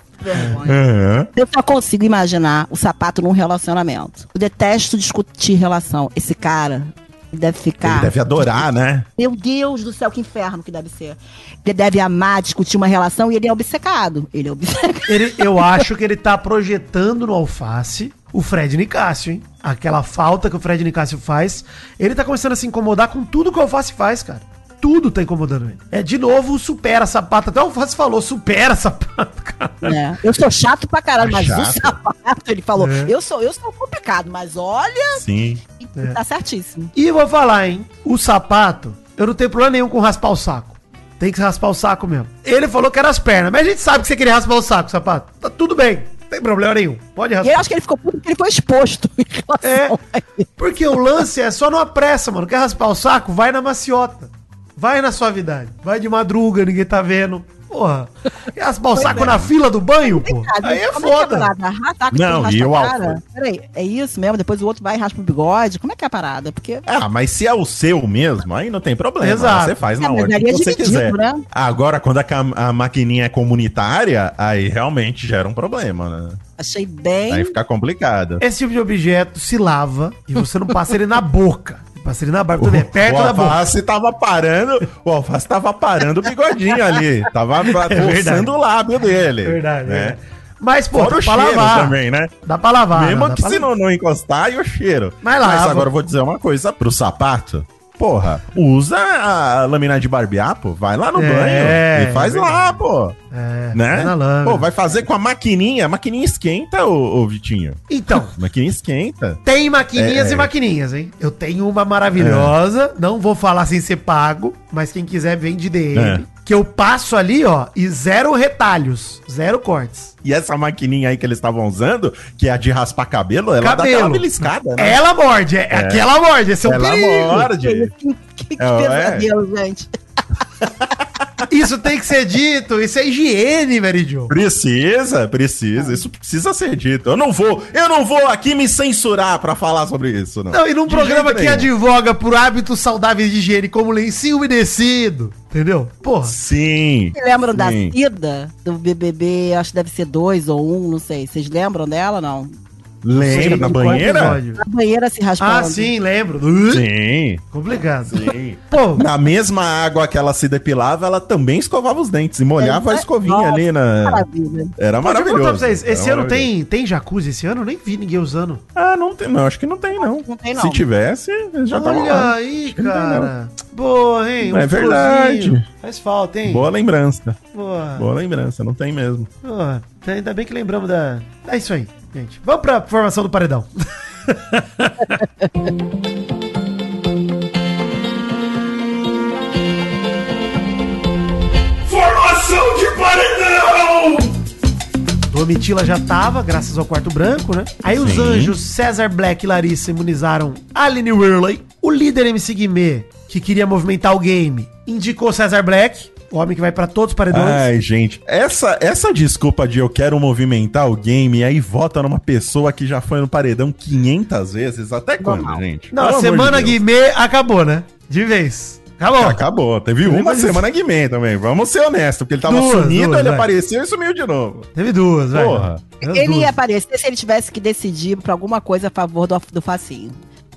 S3: Uhum. Eu só consigo imaginar o Sapato num relacionamento. Eu detesto discutir relação. Esse cara deve ficar...
S2: Ele deve adorar, né?
S3: Meu Deus do céu, que inferno que deve ser. Ele deve amar, discutir uma relação e ele é obcecado. Ele é obcecado.
S4: Ele, eu acho que ele tá projetando no Alface o Fred Nicásio, hein? Aquela falta que o Fred Nicásio faz. Ele tá começando a se incomodar com tudo que o Alface faz, cara. Tudo tá incomodando ele. É, de novo, supera Sapato. Até o Alface falou, supera Sapato, cara.
S3: É. Eu sou chato pra caralho, é mas chato. O Sapato, ele falou,
S4: é.
S3: eu, sou, eu sou complicado, mas olha...
S2: Sim.
S3: E, é. Tá certíssimo.
S4: E vou falar, hein? O Sapato, eu não tenho problema nenhum com raspar o saco. Tem que raspar o saco mesmo. Ele falou que era as pernas, mas a gente sabe que você queria raspar o saco, Sapato. Tá tudo bem. Não tem problema nenhum. Pode raspar.
S3: E eu acho que ele ficou puto porque ele foi exposto.
S4: É, porque o lance é só numa pressa, mano. Quer raspar o saco? Vai na maciota. Vai na suavidade. Vai de madruga, ninguém tá vendo. Porra. Quer raspar o saco na fila do banho, pô? Aí é foda.
S2: Não, e o Alfa.
S3: Peraí, é isso mesmo? Depois o outro vai e raspa o bigode? Como é que é a parada? Porque...
S2: Ah, mas se é o seu mesmo, aí não tem problema.
S4: Exato.
S2: Você faz
S3: é,
S2: na ordem que você
S3: dividido,
S2: quiser.
S3: Né?
S2: Agora, quando a, a maquininha é comunitária, aí realmente gera um problema, né?
S3: Achei bem...
S2: Aí fica complicado.
S4: Esse tipo de objeto se lava e você não passa ele na boca. Passa ele na barba, tudo é perto
S2: da
S4: boca.
S2: O Alface tava parando, o Alface tava parando o bigodinho ali. Tava forçando é o lábio dele.
S4: Verdade,
S2: né?
S4: É. Mas, pô,
S2: fora
S4: dá
S2: o
S4: pra
S2: cheiro
S4: lavar.
S2: Também, né?
S4: Dá pra lavar.
S2: Mesmo
S4: dá
S2: que
S4: pra
S2: se
S4: lavar.
S2: não, não encostar, e o cheiro.
S4: Mas,
S2: Mas agora eu vou dizer uma coisa pro Sapato. Porra, usa a lâmina de barbear, pô. Vai lá no
S4: é,
S2: banho e faz
S4: é
S2: lá, pô.
S4: É,
S2: né?
S4: Na lâmina.
S2: Pô, vai fazer com a maquininha. A maquininha esquenta, ô, ô Vitinho.
S4: Então.
S2: A maquininha esquenta.
S4: Tem maquininhas
S2: é,
S4: e maquininhas, hein? Eu tenho uma maravilhosa. É. Não vou falar sem ser pago, mas quem quiser vem de D M. É. Que eu passo ali, ó, e zero retalhos, zero cortes.
S2: E essa maquininha aí que eles estavam usando, que é a de raspar cabelo, ela
S4: cabelo.
S2: dá aquela beliscada, né?
S4: Ela morde, é, é. aquela morde, esse é o
S2: ela
S4: perigo.
S2: morde.
S3: Que, que, que pesadelo, é. gente.
S4: Isso tem que ser dito, isso é higiene, Meridio.
S2: Precisa, precisa, isso precisa ser dito. Eu não vou, eu não vou aqui me censurar pra falar sobre isso, não.
S4: Não, e num de programa que advoga por hábitos saudáveis de higiene, como lencinho umedecido, entendeu? Porra.
S2: Sim.
S3: Vocês lembram
S2: sim.
S3: da Cida, do B B B, acho que deve ser dois ou um, não sei. Vocês lembram dela, não?
S2: Lembra na banheira?
S3: Na banheira se raspando.
S4: Ah, sim, lembro.
S2: Sim.
S4: Complicado.
S2: Sim. Pô, na mesma água que ela se depilava, ela também escovava os dentes e molhava é, a escovinha nossa, ali na... Maravilha. Era maravilhoso. Pô,
S4: vocês, esse ano tem, tem jacuzzi esse ano? Eu nem vi ninguém usando.
S2: Ah, não tem, não. Acho que não tem, não.
S3: Não tem, não.
S2: Se tivesse, já tava
S4: Olha
S2: lá.
S4: aí, cara. Boa, hein?
S2: Um é verdade.
S4: Faz falta, hein?
S2: Boa lembrança.
S4: Boa.
S2: Boa lembrança, não tem mesmo.
S4: Boa. Ainda bem que lembramos da... É isso aí, gente. Vamos pra formação do paredão.
S1: Formação de paredão!
S4: Domitila já tava, graças ao quarto branco, né? Aí Sim. os anjos César Black e Larissa imunizaram Aline Whirley. O líder M C Guimê, que queria movimentar o game, indicou César Black, o homem que vai pra todos os paredões.
S2: Ai, gente, essa, essa desculpa de eu quero movimentar o game e aí vota numa pessoa que já foi no paredão quinhentas vezes, até quando,
S4: não,
S2: gente?
S4: Não, a semana de Guimê acabou, né? De vez. Acabou.
S2: Acabou. Teve Teve uma semana Guimê também. Vamos ser honestos, porque ele tava duas, sumido, duas, ele vai. apareceu e sumiu de novo.
S4: Teve duas,
S2: Porra.
S3: Ele duas. ia aparecer se ele tivesse que decidir pra alguma coisa a favor do, do Facinho.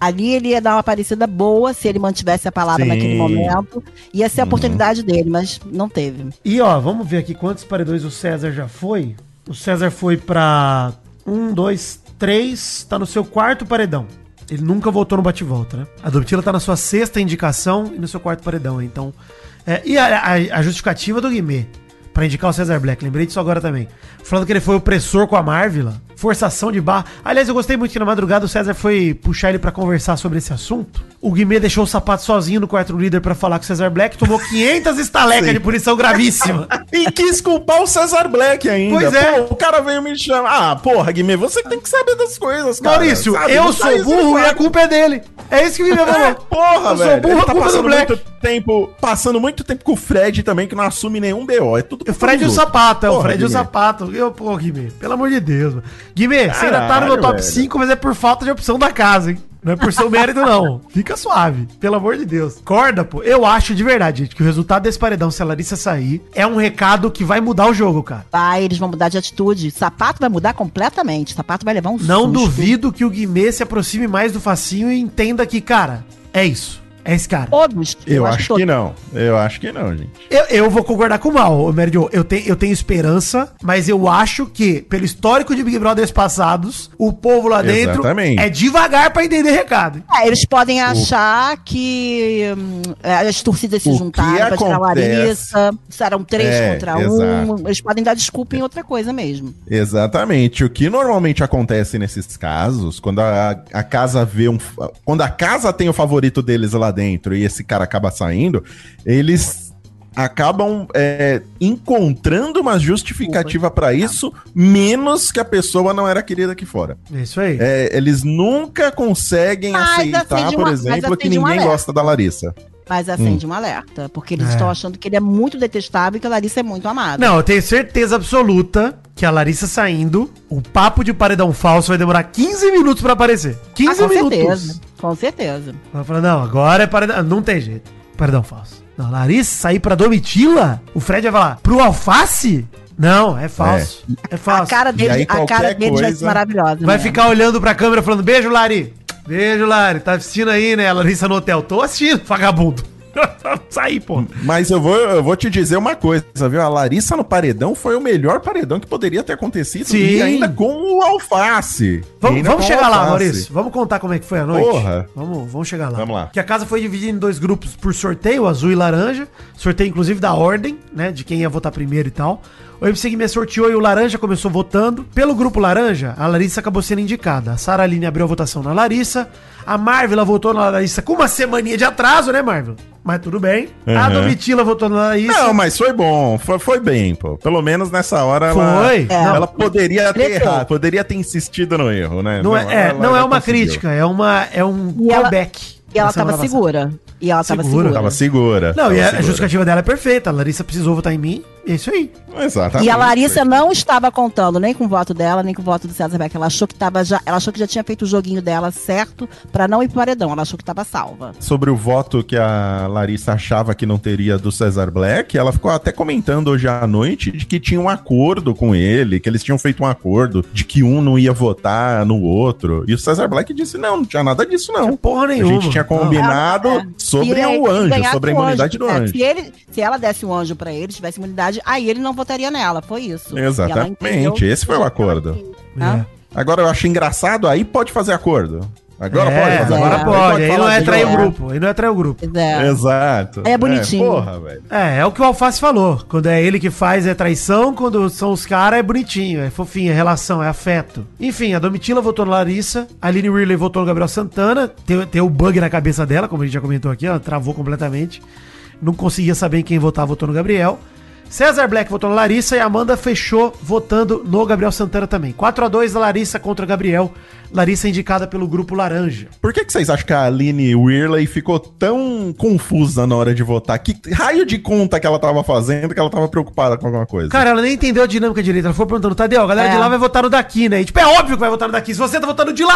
S3: Ali ele ia dar uma parecida boa se ele mantivesse a palavra Sim. naquele momento. Ia ser a uhum. oportunidade dele, mas não teve.
S4: E ó, vamos ver aqui quantos paredões o César já foi. O César foi pra um, dois, três, tá no seu quarto paredão. Ele nunca voltou no bate-volta, né? A Domitila tá na sua sexta indicação e no seu quarto paredão, então... É, e a, a, a justificativa do Guimê pra indicar o César Black, lembrei disso agora também. Falando que ele foi opressor com a Marvila, forçação de barra. Aliás, eu gostei muito que na madrugada o César foi puxar ele pra conversar sobre esse assunto. O Guimê deixou o sapato sozinho no quarto líder pra falar com o César Black, tomou quinhentas estalecas de punição gravíssima.
S2: E quis culpar o César Black ainda.
S4: Pois é.
S2: Pô, o cara veio me chamar. Ah, porra, Guimê, você que tem que saber das coisas, cara.
S4: Maurício, sabe? eu sou burro e a culpa é dele. É isso que o Guimê falou. É,
S2: porra, eu velho. Sou burro, ele tá passando muito tempo, passando muito tempo com o Fred também, que não assume nenhum B O. É tudo
S4: o Fred e o sapato, é o Fred e o sapato. Eu, pô, Guimê, pelo amor de Deus. Mano. Guimê, você ainda tá no meu top cinco, mas é por falta de opção da casa, hein? Não é por seu mérito, não. Fica suave, pelo amor de Deus. Corda, pô. Eu acho de verdade, gente, que o resultado desse paredão, se a Larissa sair, é um recado que vai mudar o jogo, cara.
S3: Vai, eles vão mudar de atitude. Sapato vai mudar completamente. Sapato vai levar um
S4: Não susto. Duvido que o Guimê se aproxime mais do facinho e entenda que, cara, é isso. É esse cara.
S3: Todos.
S2: Eu, eu acho, acho que não. Eu acho que não, gente.
S4: Eu, eu vou concordar com o Mal, Meridio. Eu, te, eu tenho esperança, mas eu acho que, pelo histórico de Big Brothers passados, o povo lá dentro Exatamente. é devagar pra entender recado.
S3: É, eles podem achar o... que hum, as torcidas se o juntaram pra tirar a Larissa. Eram três é, contra um. Exato. Eles podem dar desculpa em outra coisa mesmo.
S2: Exatamente. O que normalmente acontece nesses casos, quando a, a casa vê um... Quando a casa tem o favorito deles lá dentro e esse cara acaba saindo, eles acabam é, encontrando uma justificativa para isso, menos que a pessoa não era querida aqui fora.
S4: Isso aí.
S2: É, eles nunca conseguem mas aceitar, assim por uma, exemplo, que ninguém um gosta da Larissa.
S3: Mas acende hum. um alerta, porque eles é. estão achando que ele é muito detestável e que a Larissa é muito amada.
S4: Não, eu tenho certeza absoluta que a Larissa saindo, o papo de paredão falso vai demorar quinze minutos pra aparecer. quinze
S3: ah, com
S4: minutos.
S3: Certeza, com certeza.
S4: Vai falar, não, agora é paredão... Não tem jeito. Paredão falso. Não, Larissa sair pra Domitila? O Fred vai falar, pro Alface? Não, é falso. É, é falso.
S3: A cara dele, aí, a cara dele coisa... vai ser maravilhosa.
S4: Vai mesmo. Ficar olhando pra câmera falando, beijo, Lari. Beijo, Lari. Tá assistindo aí, né? A Larissa no hotel. Tô assistindo, vagabundo. Saí, pô.
S2: Mas eu vou, eu vou te dizer uma coisa, viu? A Larissa no paredão foi o melhor paredão que poderia ter acontecido.
S4: Sim.
S2: E ainda com o Alface.
S4: Vamos, vamos chegar lá, Maurício. Vamos contar como é que foi a noite.
S2: Porra.
S4: Vamos, vamos chegar lá.
S2: Vamos lá.
S4: Que a casa foi dividida em dois grupos por sorteio, azul e laranja. Sorteio, inclusive, da ordem, né? De quem ia votar primeiro e tal. O M C Guimê sorteou e o Laranja começou votando. Pelo grupo Laranja, a Larissa acabou sendo indicada. A Sara Aline abriu a votação na Larissa. A Marvila votou na Larissa com uma semaninha de atraso, né, Marvila? Mas tudo bem. Uhum. A Domitila votou na Larissa.
S2: Não, mas foi bom. Foi, foi bem, pô. Pelo menos nessa hora
S4: foi.
S2: ela, é. ela poderia ter errado. Poderia ter insistido no erro, né?
S4: Não, não é, ela, ela, não ela é uma conseguiu. Crítica, é, uma, é um
S3: e
S4: callback.
S3: Ela, e ela tava segura. E ela tava segura. segura.
S2: Tava segura.
S4: Não,
S2: tava
S4: e a
S2: segura.
S4: justificativa dela é perfeita. A Larissa precisou votar em mim. É isso aí.
S2: Exatamente.
S3: E a Larissa não estava contando nem com o voto dela, nem com o voto do César Black. Ela achou que tava já, ela achou que já tinha feito o joguinho dela certo pra não ir pro paredão. Ela achou que tava salva.
S2: Sobre o voto que a Larissa achava que não teria do César Black, ela ficou até comentando hoje à noite de que tinha um acordo com ele, que eles tinham feito um acordo de que um não ia votar no outro. E o César Black disse, não, não tinha nada disso, não. Tinha
S4: porra nenhuma.
S2: A gente tinha combinado ah, é. sobre e o anjo, sobre a imunidade anjo, do anjo.
S3: É, se, ele, se ela desse um anjo pra ele, tivesse imunidade, aí ele não votaria nela, foi isso.
S2: Exatamente, esse foi o acordo.
S4: É.
S2: Agora eu acho engraçado, aí pode fazer acordo. Agora
S4: é,
S2: pode fazer
S4: agora acordo. Pode, aí, pode aí não é trair o grupo, aí não é trair o grupo.
S3: É.
S2: Exato.
S3: Aí é bonitinho.
S2: É, porra, velho.
S4: É, é o que o Alface falou. Quando é ele que faz é traição, quando são os caras é bonitinho, é fofinho, é relação, é afeto. Enfim, a Domitila votou na Larissa, a Aline Ridley votou no Gabriel Santana, tem, tem o bug na cabeça dela, como a gente já comentou aqui, ela travou completamente. Não conseguia saber em quem votar, votou no Gabriel. César Black votou na Larissa e a Amanda fechou votando no Gabriel Santana também. quatro a dois da Larissa contra o Gabriel. Larissa indicada pelo grupo Laranja.
S2: Por que, que vocês acham que a Aline Whirley ficou tão confusa na hora de votar? Que raio de conta que ela tava fazendo que ela tava preocupada com alguma coisa?
S4: Cara, ela nem entendeu a dinâmica direita. Ela foi perguntando, Tadeu, a galera é. de lá vai votar no daqui, né? E, tipo, é óbvio que vai votar no daqui. Se você tá votando de lá,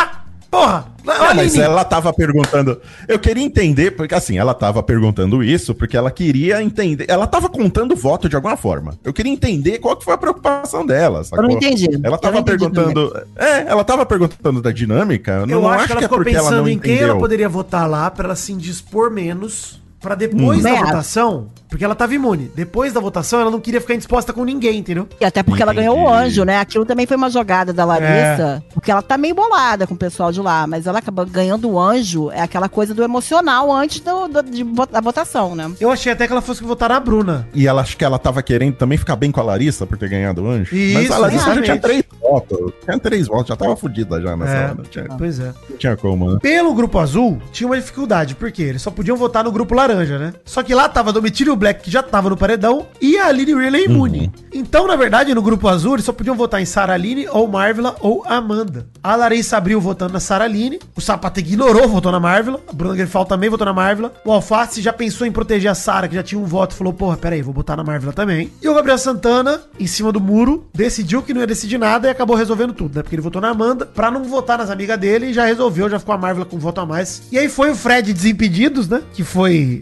S4: Porra!
S2: Não, mas ela tava perguntando. Eu queria entender, porque assim, ela tava perguntando isso porque ela queria entender. Ela tava contando voto de alguma forma. Eu queria entender qual que foi a preocupação dela. Sacou?
S3: Eu não entendi.
S2: Ela tava perguntando. Também. É, ela tava perguntando da dinâmica.
S4: Eu
S2: não, não
S4: acho,
S2: acho
S4: que ela
S2: que
S4: ficou
S2: é porque
S4: pensando
S2: ela não
S4: em
S2: entendeu.
S4: quem ela poderia votar lá pra ela se indispor menos. Pra depois hum. da votação, porque ela tava imune. Depois da votação, ela não queria ficar indisposta com ninguém, entendeu?
S3: E até porque Entendi. ela ganhou o anjo, né? Aquilo também foi uma jogada da Larissa, é. porque ela tá meio bolada com o pessoal de lá, mas ela acaba ganhando o anjo, é aquela coisa do emocional antes do, do, de, da votação, né?
S4: Eu achei até que ela fosse votar na Bruna.
S2: E ela acho que ela tava querendo também ficar bem com a Larissa por ter ganhado o anjo.
S4: Isso,
S2: mas a Larissa
S4: já
S2: tinha três votos. Tinha três votos, já tava fodida já nessa
S4: é.
S2: hora. Tinha,
S4: pois é.
S2: Não tinha como, né?
S4: Pelo grupo azul, tinha uma dificuldade, porque eles só podiam votar no grupo laranja, né? Só que lá tava Domitila Black, que já tava no paredão, e a Aline Riley imune. Uhum. Então, na verdade, no grupo azul, eles só podiam votar em Sara Aline, ou Marvila, ou Amanda. A Larissa abriu votando na Sara Aline, o Sapato ignorou, votou na Marvila, a Bruna Grifal também votou na Marvila, o Alface já pensou em proteger a Sara, que já tinha um voto, falou, porra, peraí, vou botar na Marvila também. E o Gabriel Santana, em cima do muro, decidiu que não ia decidir nada e acabou resolvendo tudo, né? Porque ele votou na Amanda, pra não votar nas amigas dele, e já resolveu, já ficou a Marvila com um voto a mais. E aí foi o Fred Desimpedidos, né? Que foi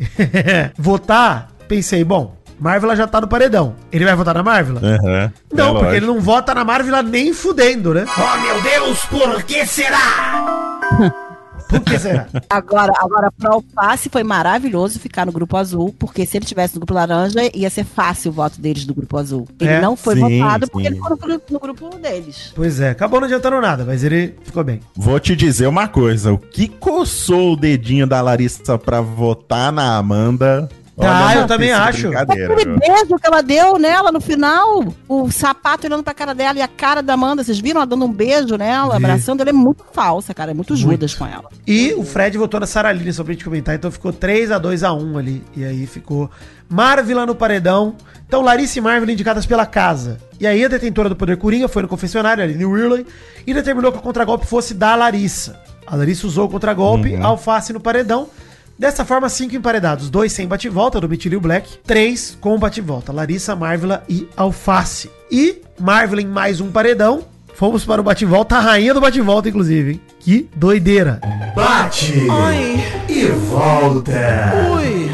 S4: votar. Pensei, bom, Marvila já tá no paredão. Ele vai votar na Marvila?
S2: Uhum,
S4: não,
S2: é
S4: porque
S2: lógico.
S4: ele não vota na Marvila nem fudendo, né?
S1: Oh, meu Deus, por que será?
S4: Por que será?
S3: Agora, agora pro Alface foi maravilhoso ficar no grupo azul, porque se ele tivesse no grupo laranja, ia ser fácil o voto deles do grupo azul. Ele
S4: é?
S3: não foi
S2: sim,
S3: votado
S2: sim.
S3: porque ele ficou no, no grupo deles.
S4: Pois é, acabou não adiantando nada, mas ele ficou bem.
S2: Vou te dizer uma coisa, o que coçou o dedinho da Larissa pra votar na Amanda...
S4: Ah, olha, eu também acho.
S3: Aquele beijo que ela deu nela no final, o Sapato olhando pra cara dela e a cara da Amanda, vocês viram ela dando um beijo nela,
S4: Vi.
S3: abraçando, ela é muito falsa, cara, é muito, muito. Judas com ela.
S4: E o Fred votou na Sara Aline, só pra gente comentar, então ficou três a dois a um ali, e aí ficou Marvila no paredão. Então Larissa e Marvila indicadas pela casa. E aí a detentora do Poder Coringa foi no confessionário, ali no Whirley, e determinou que o contragolpe fosse da Larissa. A Larissa usou o contragolpe, uhum. Alface no paredão. Dessa forma, cinco emparedados, dois sem bate-volta, Domitila e o Black, três com bate-volta, Larissa, Marvila e Alface. E Marvila em mais um paredão, fomos para o bate-volta, a rainha do bate-volta, inclusive, hein? Que doideira.
S1: Bate
S4: Ai.
S1: E volta.
S4: Ui.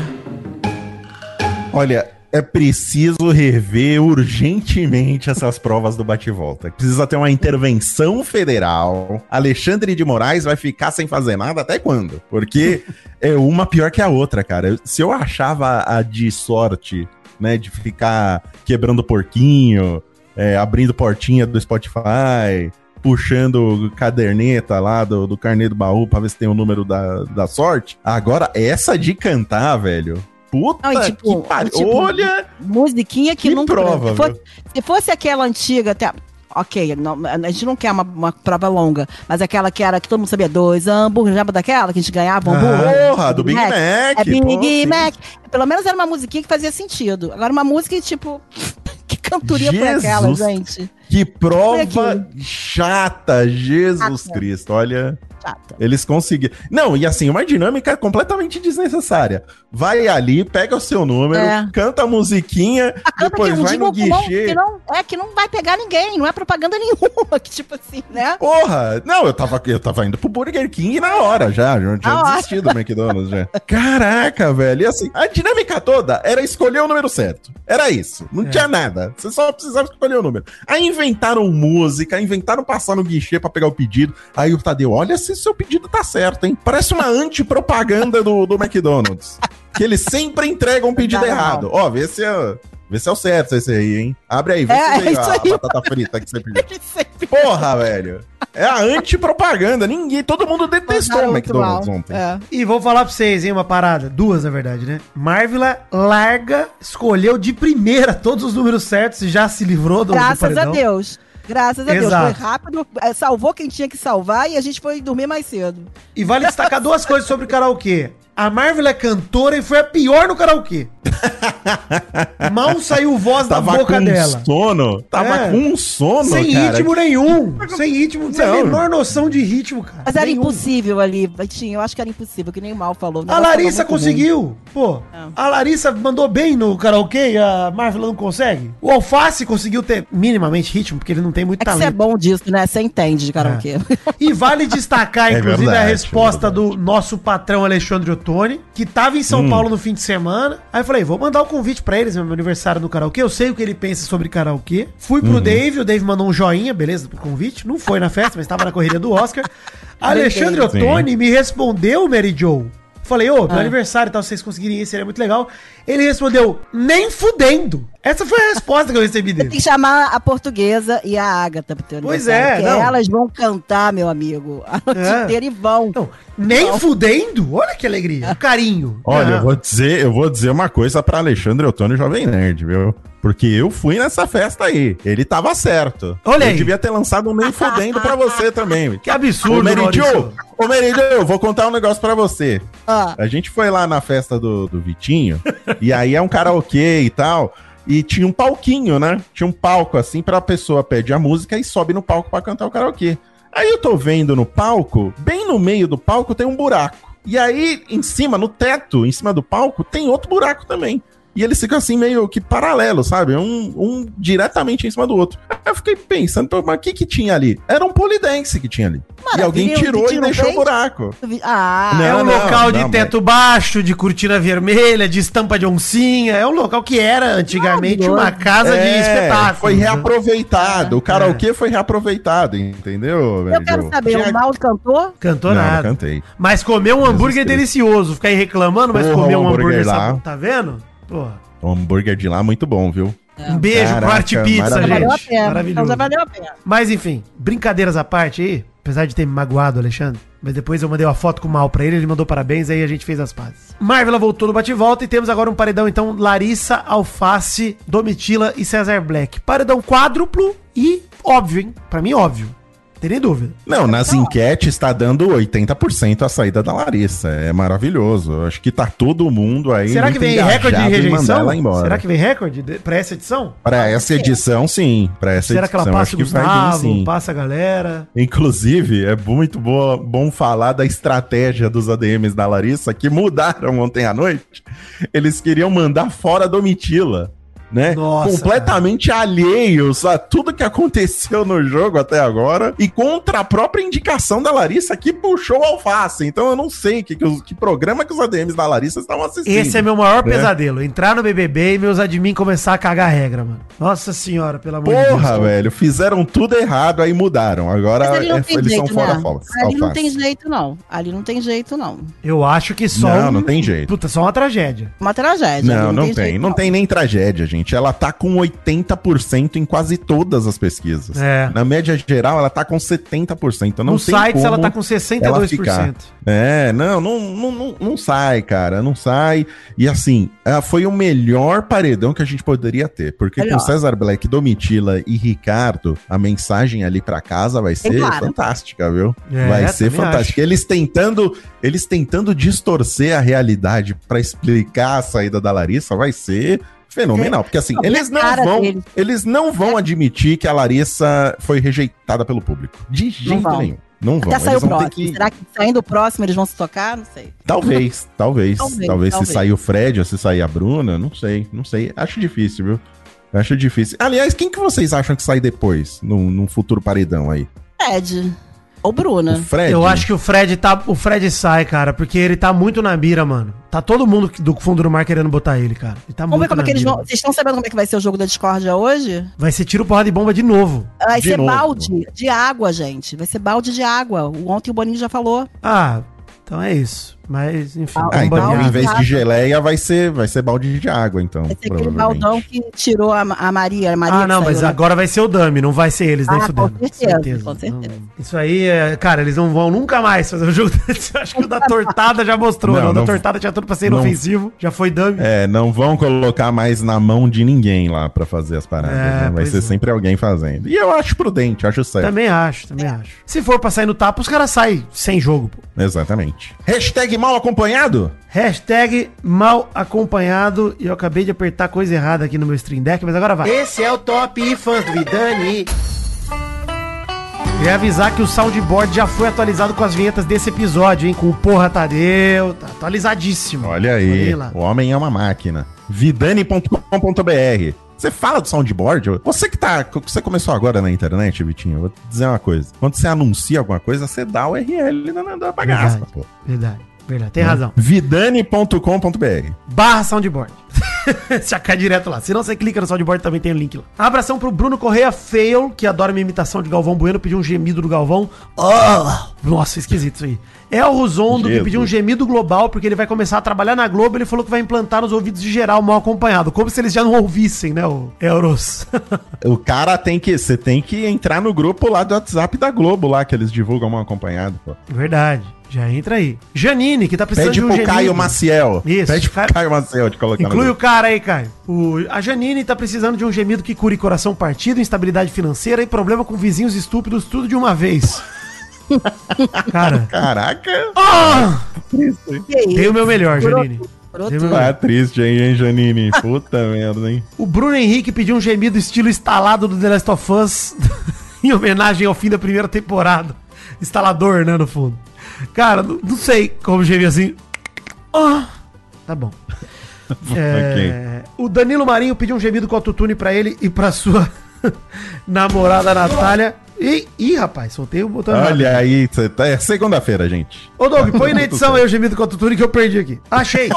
S2: Olha... É preciso rever urgentemente essas provas do bate-volta. Precisa ter uma intervenção federal. Alexandre de Moraes vai ficar sem fazer nada até quando? Porque é uma pior que a outra, cara. Se eu achava a de sorte, né, de ficar quebrando porquinho, é, abrindo portinha do Spotify, puxando caderneta lá do, do carnê do baú pra ver se tem o número da, da sorte. Agora, essa de cantar, velho... Puta não, tipo, que pariu. Tipo, olha...
S3: Musiquinha que, que não...
S2: prova,
S3: se, fosse, se fosse aquela antiga... Até, ok, não, a gente não quer uma, uma prova longa, mas aquela que era que todo mundo sabia, dois hambúrguer, lembra daquela que a gente ganhava?
S2: Ah, porra, do Big Mac.
S3: Mac. É Big pô, Mac. Pelo menos era uma musiquinha que fazia sentido. Agora uma música tipo... Que cantoria foi aquela, gente?
S2: Que prova chata, Jesus chata. Cristo, olha... Chata. Eles conseguiram. Não, e assim, uma dinâmica completamente desnecessária. Vai ali, pega o seu número, é. canta a musiquinha, a depois vai no guichê. Não,
S3: que não, é que não vai pegar ninguém, não é propaganda nenhuma, que tipo assim, né?
S2: Porra! Não, eu tava, eu tava indo pro Burger King na hora já, já tinha ah, desistido do McDonald's já. Caraca, velho, e assim, a dinâmica toda era escolher o número certo. Era isso, não é. tinha nada. Você só precisava escolher o número. Aí inventaram música, inventaram passar no guichê pra pegar o pedido. Aí o Tadeu, olha se seu pedido tá certo, hein? Parece uma antipropaganda do, do McDonald's. Que eles sempre entregam um pedido não, errado. Ó, vê se é, vê se é o certo esse aí, hein? Abre aí, vê
S3: é,
S2: se veio a, a batata frita que você pediu. Porra, velho. É a antipropaganda. Ninguém, todo mundo detestou o McDonald's mal. ontem.
S4: É. E vou falar pra vocês, hein, uma parada. Duas, na verdade, né? Marvila larga, escolheu de primeira todos os números certos e já se livrou do
S3: Graças
S4: do
S3: a Deus. Graças a
S4: Exato.
S3: Deus, foi rápido, salvou quem tinha que salvar e a gente foi dormir mais cedo.
S4: E vale destacar duas coisas sobre karaokê. A Marvel é cantora e foi a pior no karaokê. Mal saiu voz
S2: tava
S4: da boca
S2: com
S4: dela.
S2: Um sono. Tava é. com um sono,
S4: sem
S2: cara.
S4: ritmo nenhum. Sem ritmo. Sem a menor noção de ritmo, cara.
S3: Mas era
S4: nenhum.
S3: impossível ali. Tinha, eu acho que era impossível, que nem o Mal falou.
S4: A Larissa conseguiu. Ruim. Pô, é. a Larissa mandou bem no karaokê e a Marvel não consegue. O Alface conseguiu ter minimamente ritmo, porque ele não tem muito
S3: é
S4: talento.
S3: Você é bom disso, né? Você entende de karaokê. É.
S4: E vale destacar, inclusive, é verdade, a resposta é do nosso patrão Alexandre Ottoni, que tava em São hum. Paulo no fim de semana. Aí eu falei, vou mandar o convite pra eles, meu aniversário no karaokê. Eu sei o que ele pensa sobre karaokê. Fui pro uhum. Dave, o Dave mandou um joinha, beleza, pro convite. Não foi na festa, mas tava na correria do Oscar. Alexandre Ottoni me respondeu, Mary Jo. Falei, ô, meu ah. aniversário e tal, se vocês conseguirem ir, seria muito legal. Ele respondeu, nem fudendo. Essa foi a resposta que eu recebi dele.
S3: Tem que chamar a portuguesa e a Agatha pro teu
S4: Pois é,
S3: porque não. elas vão cantar, meu amigo, a noite é. inteira e vão. Não,
S4: nem não. fudendo? Olha que alegria, carinho.
S2: Olha,
S4: ah.
S2: eu vou dizer, eu vou dizer uma coisa pra Alexandre Ottoni Jovem Nerd, viu? Porque eu fui nessa festa aí. Ele tava certo.
S4: Olha aí.
S2: Eu devia ter lançado um nem fudendo pra você também.
S4: Que absurdo,
S2: Ô, Meridio, ô, Meridio, eu vou contar um negócio pra você. Ah. A gente foi lá na festa do, do Vitinho, e aí é um karaokê e tal, e tinha um palquinho, né? Tinha um palco assim pra pessoa pedir a música e sobe no palco pra cantar o karaokê. Aí eu tô vendo no palco, bem no meio do palco tem um buraco. E aí, em cima, no teto, em cima do palco, tem outro buraco também. E eles ficam assim meio que paralelo, sabe? Um, um diretamente em cima do outro. Aí eu fiquei pensando, mas o que que tinha ali? Era um polidense que tinha ali. Maravilha, e alguém tirou e deixou o buraco.
S4: Ah, não, é um não, local não, de teto mas... baixo, de cortina vermelha, de estampa de oncinha. É um local que era antigamente ah, uma casa é, de espetáculo.
S2: Foi reaproveitado. É, o karaokê é. foi reaproveitado, entendeu?
S3: Eu quero saber, tinha... o Mal cantou?
S4: Cantou
S2: não,
S4: nada.
S2: Não cantei.
S4: Mas comeu um hambúrguer delicioso. Ficar aí reclamando, mas comeu um hambúrguer lá. Tá vendo?
S2: Porra. O hambúrguer de lá, muito bom, viu?
S4: Um beijo pro Arte Pizza, gente.
S3: Valeu a pena.
S4: Maravilhoso.
S3: Então já valeu a pena.
S4: Mas enfim, brincadeiras à parte aí, apesar de ter me magoado, Alexandre, mas depois eu mandei uma foto com o Mal pra ele, ele mandou parabéns, aí a gente fez as pazes. Marvel voltou no bate-volta e temos agora um paredão, então, Larissa, Alface, Domitila e Cesar Black. Paredão quádruplo e óbvio, hein? Pra mim, óbvio. Tem nem dúvida.
S2: Não, nas enquetes tá dando oitenta por cento a saída da Larissa. É maravilhoso. Eu acho que tá todo mundo aí.
S4: Será que vem recorde de rejeição? Será que vem recorde pra essa edição?
S2: Pra essa edição, sim. Pra essa
S4: Será
S2: edição,
S4: que ela passa o Gustavo, passa a galera?
S2: Inclusive, é muito boa, bom falar da estratégia dos A D Ms da Larissa, que mudaram ontem à noite. Eles queriam mandar fora a Domitila. Né?
S4: Nossa,
S2: completamente cara. alheios a tudo que aconteceu no jogo até agora e contra a própria indicação da Larissa que puxou o Alface. Então eu não sei que, que, os, que programa que os A D Ms da Larissa estavam assistindo.
S4: Esse é meu maior né? pesadelo, entrar no B B B e meus admin começar a cagar a regra, mano. Nossa senhora, pelo amor
S2: Porra,
S4: de Deus.
S2: Porra, velho, fizeram tudo errado, aí mudaram. Agora é, eles jeito, são fora
S3: né?
S2: Alface.
S3: Ali não tem jeito não, ali não tem jeito não.
S4: Eu acho que só
S2: Não,
S4: um...
S2: não tem jeito.
S4: Puta, só uma tragédia.
S3: Uma tragédia.
S2: Não, não,
S3: não
S2: tem, tem
S3: jeito,
S2: não
S3: não.
S2: tem nem tragédia, gente. Ela tá com oitenta por cento em quase todas as pesquisas.
S4: É.
S2: Na média geral, ela tá com setenta por cento. Não
S4: no
S2: tem
S4: site
S2: como
S4: ela tá com sessenta e dois por cento.
S2: É, não, não, não, não, não sai, cara. Não sai. E assim, foi o melhor paredão que a gente poderia ter. Porque melhor. com Cesar Black, Domitila e Ricardo, a mensagem ali pra casa vai ser claro. fantástica, viu? É, vai ser fantástica. Eles tentando, eles tentando distorcer a realidade pra explicar a saída da Larissa, vai ser... fenomenal, porque assim, eles não vão, deles. eles não vão admitir que a Larissa foi rejeitada pelo público. De jeito não nenhum. Não vão.
S3: Até sair o próximo.
S2: Que...
S3: Será que saindo o próximo eles vão se tocar? Não sei.
S2: Talvez, talvez. Talvez, talvez
S3: talvez.
S2: se sair o Fred ou se sair a Bruna, não sei, não sei. Acho difícil, viu? Acho difícil. Aliás, quem que vocês acham que sai depois, num, num futuro paredão aí?
S3: Fred. Ou Bruna.
S2: O Fred?
S4: Eu acho que o Fred tá. O Fred sai, cara, porque ele tá muito na mira, mano. Tá todo mundo do fundo do mar querendo botar ele, cara. Ele tá
S3: Vamos
S4: muito
S3: ver como é que eles
S4: mira.
S3: vão. Vocês estão sabendo como é que vai ser o jogo da discórdia hoje?
S4: Vai ser tiro, porrada e bomba de novo.
S3: Vai
S2: de
S3: ser
S2: novo.
S3: balde de água, gente. Vai ser balde de água. Ontem o Boninho já falou.
S4: Ah, então é isso. Mas, enfim.
S3: Ah,
S2: ah, então,
S3: balde
S2: em vez
S3: de
S2: de geleia, vai ser, vai ser balde de água, então.
S3: Vai ser aquele baldão que tirou a, a Maria. A Maria
S4: ah, não, mas saiu, agora né? vai ser o Dami, não vai ser eles, nem
S3: ah,
S4: fudendo.
S3: Com certeza, certeza, com certeza.
S4: Não. Isso aí, é, cara, eles não vão nunca mais fazer o jogo. Acho que o da tortada já mostrou, não, não. O da tortada tinha tudo pra ser inofensivo, já foi Dami.
S2: É, não vão colocar mais na mão de ninguém lá pra fazer as paradas, é, né? Vai ser é. sempre alguém fazendo. E eu acho prudente, acho certo.
S4: Também acho, também é. acho. Se for pra sair no tapa, os caras saem sem jogo, pô.
S2: Exatamente. Hashtag mal acompanhado?
S4: Hashtag mal acompanhado. E eu acabei de apertar coisa errada aqui no meu Stream Deck, mas agora vai.
S5: Esse é o Top Fãs do Vidani.
S4: Queria avisar que o soundboard já foi atualizado com as vinhetas desse episódio, hein? Com o Porra Tadeu, tá atualizadíssimo.
S2: Olha aí, o homem é uma máquina. vidani ponto com ponto b r. Você fala do soundboard? Você que tá. Você começou agora na internet, Vitinho, eu vou te dizer uma coisa. Quando você anuncia alguma coisa, você dá o U R L da, da bagaça,
S4: verdade,
S2: pô.
S4: Verdade, verdade. Tem é. razão.
S2: vidani ponto com ponto b r
S4: barra soundboard. Já cai direto lá. Se não, você clica no soundboard, também tem o link lá. Abração pro Bruno Correia Fail, que adora minha imitação de Galvão Bueno, pediu um gemido do Galvão. Oh, nossa, esquisito isso aí. É o Rosondo, que pediu um gemido global, porque ele vai começar a trabalhar na Globo. Ele falou que vai implantar nos ouvidos de geral mal acompanhado. Como se eles já não ouvissem, né, o Euros.
S2: O cara tem que... Você tem que entrar no grupo lá do WhatsApp da Globo, lá, que eles divulgam mal acompanhado, pô.
S4: Verdade. Já entra aí. Janine, que tá precisando
S2: Pede
S4: de um
S2: pro
S4: gemido.
S2: Caio Maciel.
S4: Isso.
S2: Pede pro
S4: Caio,
S2: Caio Maciel de colocar
S4: Inclui no o cara aí, Caio. O, a Janine tá precisando de um gemido que cure coração partido, instabilidade financeira e problema com vizinhos estúpidos, tudo de uma vez. Cara.
S2: Caraca.
S4: Oh! Dei o meu melhor, Janine.
S2: Ah, triste aí, hein, Janine? Puta merda, hein?
S4: O Bruno Henrique pediu um gemido estilo instalado do The Last of Us em homenagem ao fim da primeira temporada. Instalador, né, no fundo. Cara, não, não sei como gemir assim. Oh, tá bom. É, okay. O Danilo Marinho pediu um gemido com autotune pra ele e pra sua namorada Natália. Ih, ih, rapaz, soltei o botão.
S2: Olha aí, tá, é segunda-feira, gente.
S4: Ô, Doug, põe na edição aí o gemido com autotune que eu perdi aqui. Achei.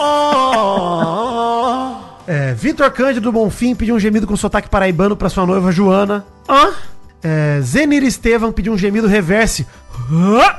S4: É, Vitor Cândido Bonfim pediu um gemido com sotaque paraibano pra sua noiva Joana. Ah. É, Zenir Estevam pediu um gemido reverse. Ah.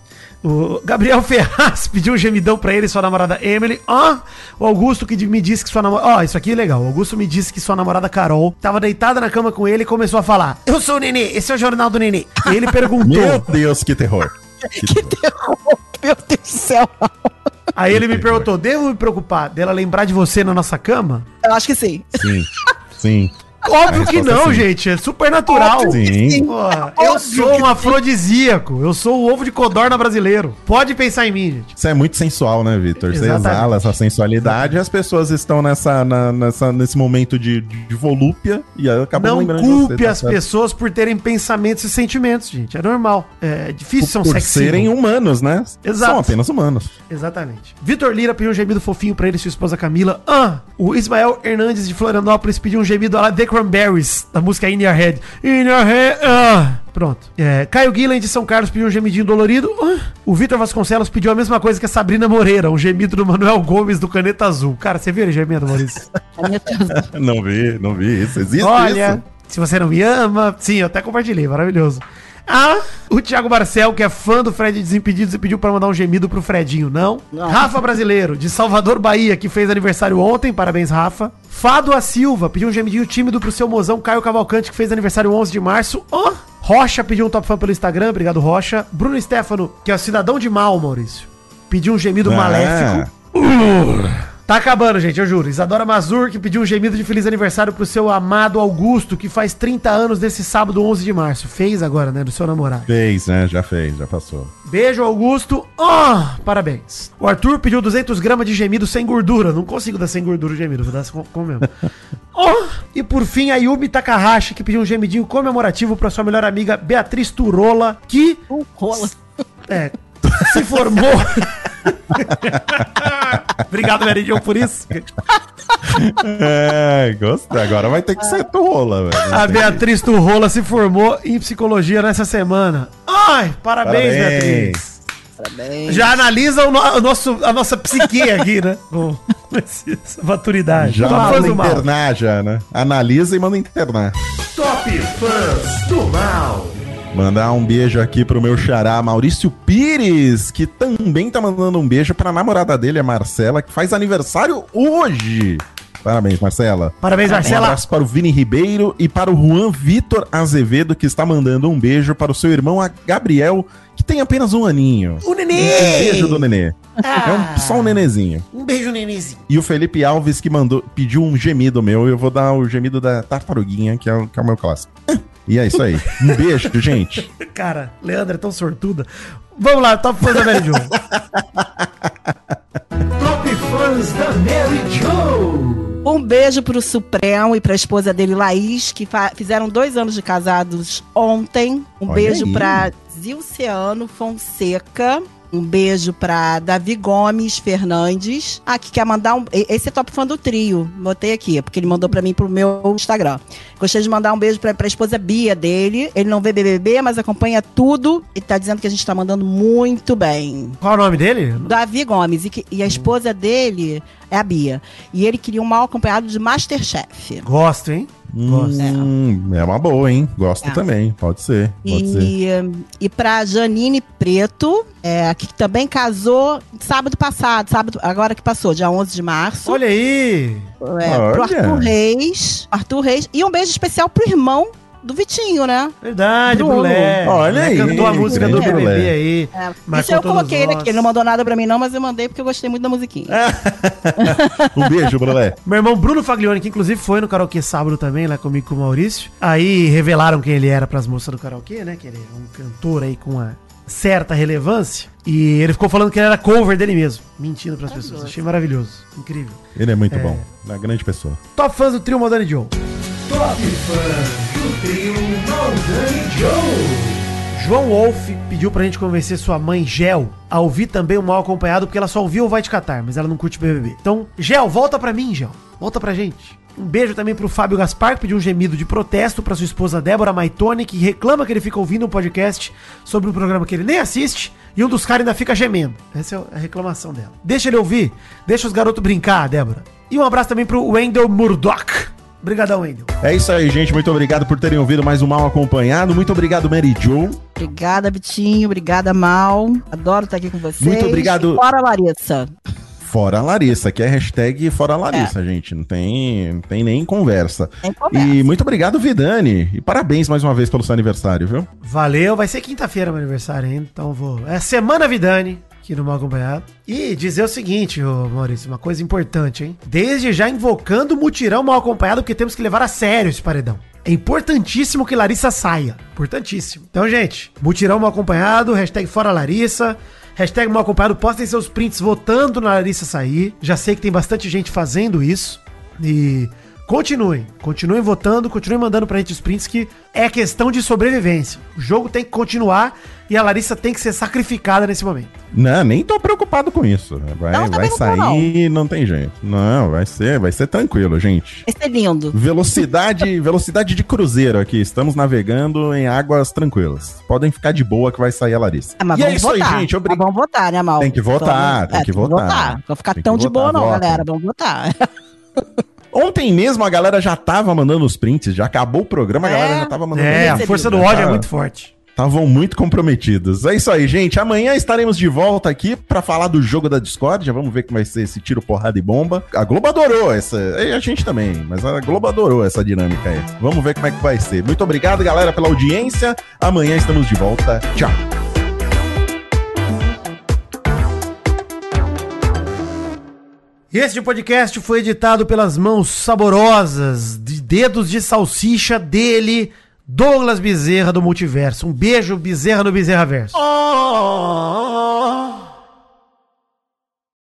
S4: O Gabriel Ferraz pediu um gemidão pra ele e sua namorada Emily. Ah, o Augusto que me disse que sua namorada... Ó, oh, isso aqui é legal. O Augusto me disse que sua namorada Carol tava deitada na cama com ele e começou a falar: eu sou o Nenê, esse é o Jornal do Nenê. E ele perguntou...
S2: Meu Deus, que terror.
S3: Que, que terror. Meu Deus do céu.
S4: Aí ele me perguntou: devo me preocupar dela lembrar de você na nossa cama?
S3: Eu acho que sim.
S2: Sim, sim.
S4: Óbvio que não, sim. Gente. É super natural.
S2: Sim.
S4: Pô, eu sou um afrodisíaco. Eu sou o ovo de codorna brasileiro. Pode pensar em mim, gente.
S2: Você é muito sensual, né, Vitor? Você exala essa sensualidade. Exatamente. E as pessoas estão nessa, na, nessa, nesse momento de, de volúpia e acabam lembrando de você.
S4: Não culpe as certo? pessoas por terem pensamentos e sentimentos, gente. É normal. É difícil ser um
S2: Por serem humanos, né?
S4: Exato.
S2: São apenas humanos.
S4: Exatamente. Vitor Lira pediu um gemido fofinho pra ele e sua esposa Camila. Ah, o Ismael Hernandes de Florianópolis pediu um gemido lá de Cranberries, da música In Your Head. In Your Head. Ah, pronto. É, Caio Guilherme de São Carlos pediu um gemidinho dolorido. Ah, o Vitor Vasconcelos pediu a mesma coisa que a Sabrina Moreira, um gemido do Manuel Gomes do Caneta Azul. Cara, você viu ele gemendo, Maurício?
S2: Não vi, não vi isso. Existe
S4: Olha,
S2: isso?
S4: Se você não me ama... Sim, eu até compartilhei, maravilhoso. Ah, o Thiago Marcel, que é fã do Fred Desimpedidos e pediu pra mandar um gemido pro Fredinho, não? não. Rafa Brasileiro, de Salvador, Bahia, que fez aniversário ontem, parabéns, Rafa. Fado A Silva, pediu um gemidinho tímido pro seu mozão Caio Cavalcante, que fez aniversário onze de março. Oh. Rocha pediu um top fã pelo Instagram, obrigado, Rocha. Bruno Stefano, que é o cidadão de mal, Maurício, pediu um gemido ah. maléfico. Uh. Tá acabando, gente, eu juro. Isadora Mazur, que pediu um gemido de feliz aniversário pro seu amado Augusto, que faz trinta anos desse sábado, onze de março. Fez agora, né, do seu namorado.
S2: Fez, né, já fez, já passou.
S4: Beijo, Augusto. Oh, parabéns. O Arthur pediu duzentos gramas de gemido sem gordura. Não consigo dar sem gordura o gemido, vou dar com, com mesmo. Oh, e por fim, a Yumi Takahashi, que pediu um gemidinho comemorativo pra sua melhor amiga Beatriz Turola, que...
S3: Uh, rola.
S4: É, se formou... Obrigado, Meridion, por isso.
S2: É, gostei. Agora vai ter que ser Turrola, velho.
S4: A Beatriz que... Turrola se formou em psicologia nessa semana. Ai, parabéns, parabéns. Beatriz. Parabéns. Já analisa o, no, o nosso, a nossa psique aqui, né? Com essa maturidade.
S2: Já manda internar, já, né? Analisa e manda internar.
S5: Top Fãs do Mal.
S2: Mandar um beijo aqui pro meu xará Maurício Pires, que também tá mandando um beijo pra namorada dele, a Marcela, que faz aniversário hoje. Parabéns, Marcela.
S4: Parabéns, Marcela.
S2: Um abraço para o Vini Ribeiro e para o Juan Vitor Azevedo, que está mandando um beijo para o seu irmão Gabriel, que tem apenas um aninho.
S4: O nenê!
S2: Um beijo do nenê. Ah, é um, só um nenezinho.
S4: Um beijo, nenezinho.
S2: E o Felipe Alves, que mandou, pediu um gemido meu, eu vou dar o gemido da tartaruguinha, que é o, que é o meu clássico. E é isso aí. Um beijo, gente.
S4: Cara, Leandro é tão sortuda. Vamos lá, top fã da Mary Jo.
S3: Um beijo pro Supremo e pra esposa dele, Laís, que fizeram dois anos de casados ontem. Um Olha beijo aí. Pra Zilceano Fonseca. Um beijo pra Davi Gomes Fernandes. Ah, que quer mandar um... Esse é top fã do trio. Botei aqui, porque ele mandou pra mim pro meu Instagram. Gostaria de mandar um beijo pra, pra esposa Bia dele. Ele não vê B B B, mas acompanha tudo. E tá dizendo que a gente tá mandando muito bem.
S4: Qual é o nome dele?
S3: Davi Gomes. E, que, e a esposa dele é a Bia. E ele queria um mal acompanhado de Masterchef.
S4: Gosto, hein?
S2: Hum, é. é uma boa, hein? Gosto é. também, pode ser, pode
S3: e,
S2: ser.
S3: E pra Janine Preto, é, que também casou sábado passado, sábado, agora que passou, dia onze de março.
S4: Olha aí!
S3: É, Olha. Pro Arthur Reis, Arthur Reis. E um beijo especial pro irmão do Vitinho, né?
S4: Verdade, Brulé.
S2: Olha aí.
S4: Cantou a música do B B B aí.
S3: É. Isso eu coloquei ele aqui. Ele não mandou nada pra mim não, mas eu mandei porque eu gostei muito da musiquinha.
S2: Um beijo, Brulé.
S4: Meu irmão Bruno Faglione, que inclusive foi no karaokê sábado também, lá comigo com o Maurício. Aí revelaram quem ele era pras moças do karaokê, né? Que ele é um cantor aí com uma certa relevância. E ele ficou falando que ele era cover dele mesmo. Mentindo pras pessoas. Achei maravilhoso. Incrível.
S2: Ele é muito é... bom. Uma grande pessoa.
S4: Top fãs do trio Maldani Joe.
S5: Top fãs do trio Maldani Joe.
S4: João Wolf pediu pra gente convencer sua mãe, Gel, a ouvir também o Mal Acompanhado, porque ela só ouviu o Vai Te Catar, mas ela não curte B B B. Então, Gel, volta pra mim, Gel. Volta pra gente. Um beijo também pro Fábio Gaspar, que pediu um gemido de protesto pra sua esposa Débora Maitone, que reclama que ele fica ouvindo um podcast sobre um programa que ele nem assiste, e um dos caras ainda fica gemendo. Essa é a reclamação dela. Deixa ele ouvir, deixa os garotos brincar, Débora. E um abraço também pro Wendell Murdoch. Obrigadão, Wendel.
S2: É isso aí, gente. Muito obrigado por terem ouvido mais um Mal Acompanhado. Muito obrigado, Mary Jo.
S3: Obrigada, Vitinho. Obrigada, Mal. Adoro estar aqui com vocês.
S2: Muito obrigado.
S3: E fora, Larissa.
S2: Fora Larissa, que é hashtag Fora Larissa, é. gente. Não tem, não tem nem conversa. Tem conversa. E muito obrigado, Vidani. E parabéns mais uma vez pelo seu aniversário, viu?
S4: Valeu. Vai ser quinta-feira meu aniversário ainda. Então vou... É Semana Vidani. Aqui no Mal Acompanhado. E dizer o seguinte, ô Maurício, uma coisa importante, hein? Desde já invocando o mutirão Mal Acompanhado, porque temos que levar a sério esse paredão. É importantíssimo que Larissa saia. Importantíssimo. Então, gente, mutirão Mal Acompanhado, hashtag Fora Larissa, hashtag Mal Acompanhado, postem seus prints votando na Larissa sair. Já sei que tem bastante gente fazendo isso. E... Continuem, continuem votando, continuem mandando pra gente os prints, que é questão de sobrevivência. O jogo tem que continuar e a Larissa tem que ser sacrificada nesse momento.
S2: Não, nem tô preocupado com isso. Vai, não, vai sair, não. não tem jeito. Não, vai ser, vai ser tranquilo, gente.
S3: Vai ser lindo.
S2: Velocidade, velocidade de cruzeiro aqui. Estamos navegando em águas tranquilas. Podem ficar de boa que vai sair a Larissa.
S3: É, mas e é isso votar. aí, gente. Obrig... Mas vamos votar, né, Mal?
S2: Tem que votar, tem,
S3: é,
S2: que, tem votar. que votar.
S3: Não vou ficar tem tão de votar, boa, não, vota. galera. Vamos votar.
S2: Ontem mesmo a galera já tava mandando os prints, já acabou o programa, a galera é, já tava mandando
S4: É, a força do ódio é muito forte.
S2: Estavam muito comprometidos. É isso aí, gente. Amanhã estaremos de volta aqui pra falar do jogo da Discord. Já vamos ver como vai ser esse tiro, porrada e bomba. A Globo adorou essa. E a gente também, mas a Globo adorou essa dinâmica aí. Vamos ver como é que vai ser. Muito obrigado, galera, pela audiência. Amanhã estamos de volta. Tchau.
S4: E este podcast foi editado pelas mãos saborosas de dedos de salsicha dele, Douglas Bezerra do Multiverso. Um beijo, Bezerra do Bezerra Verso. Oh!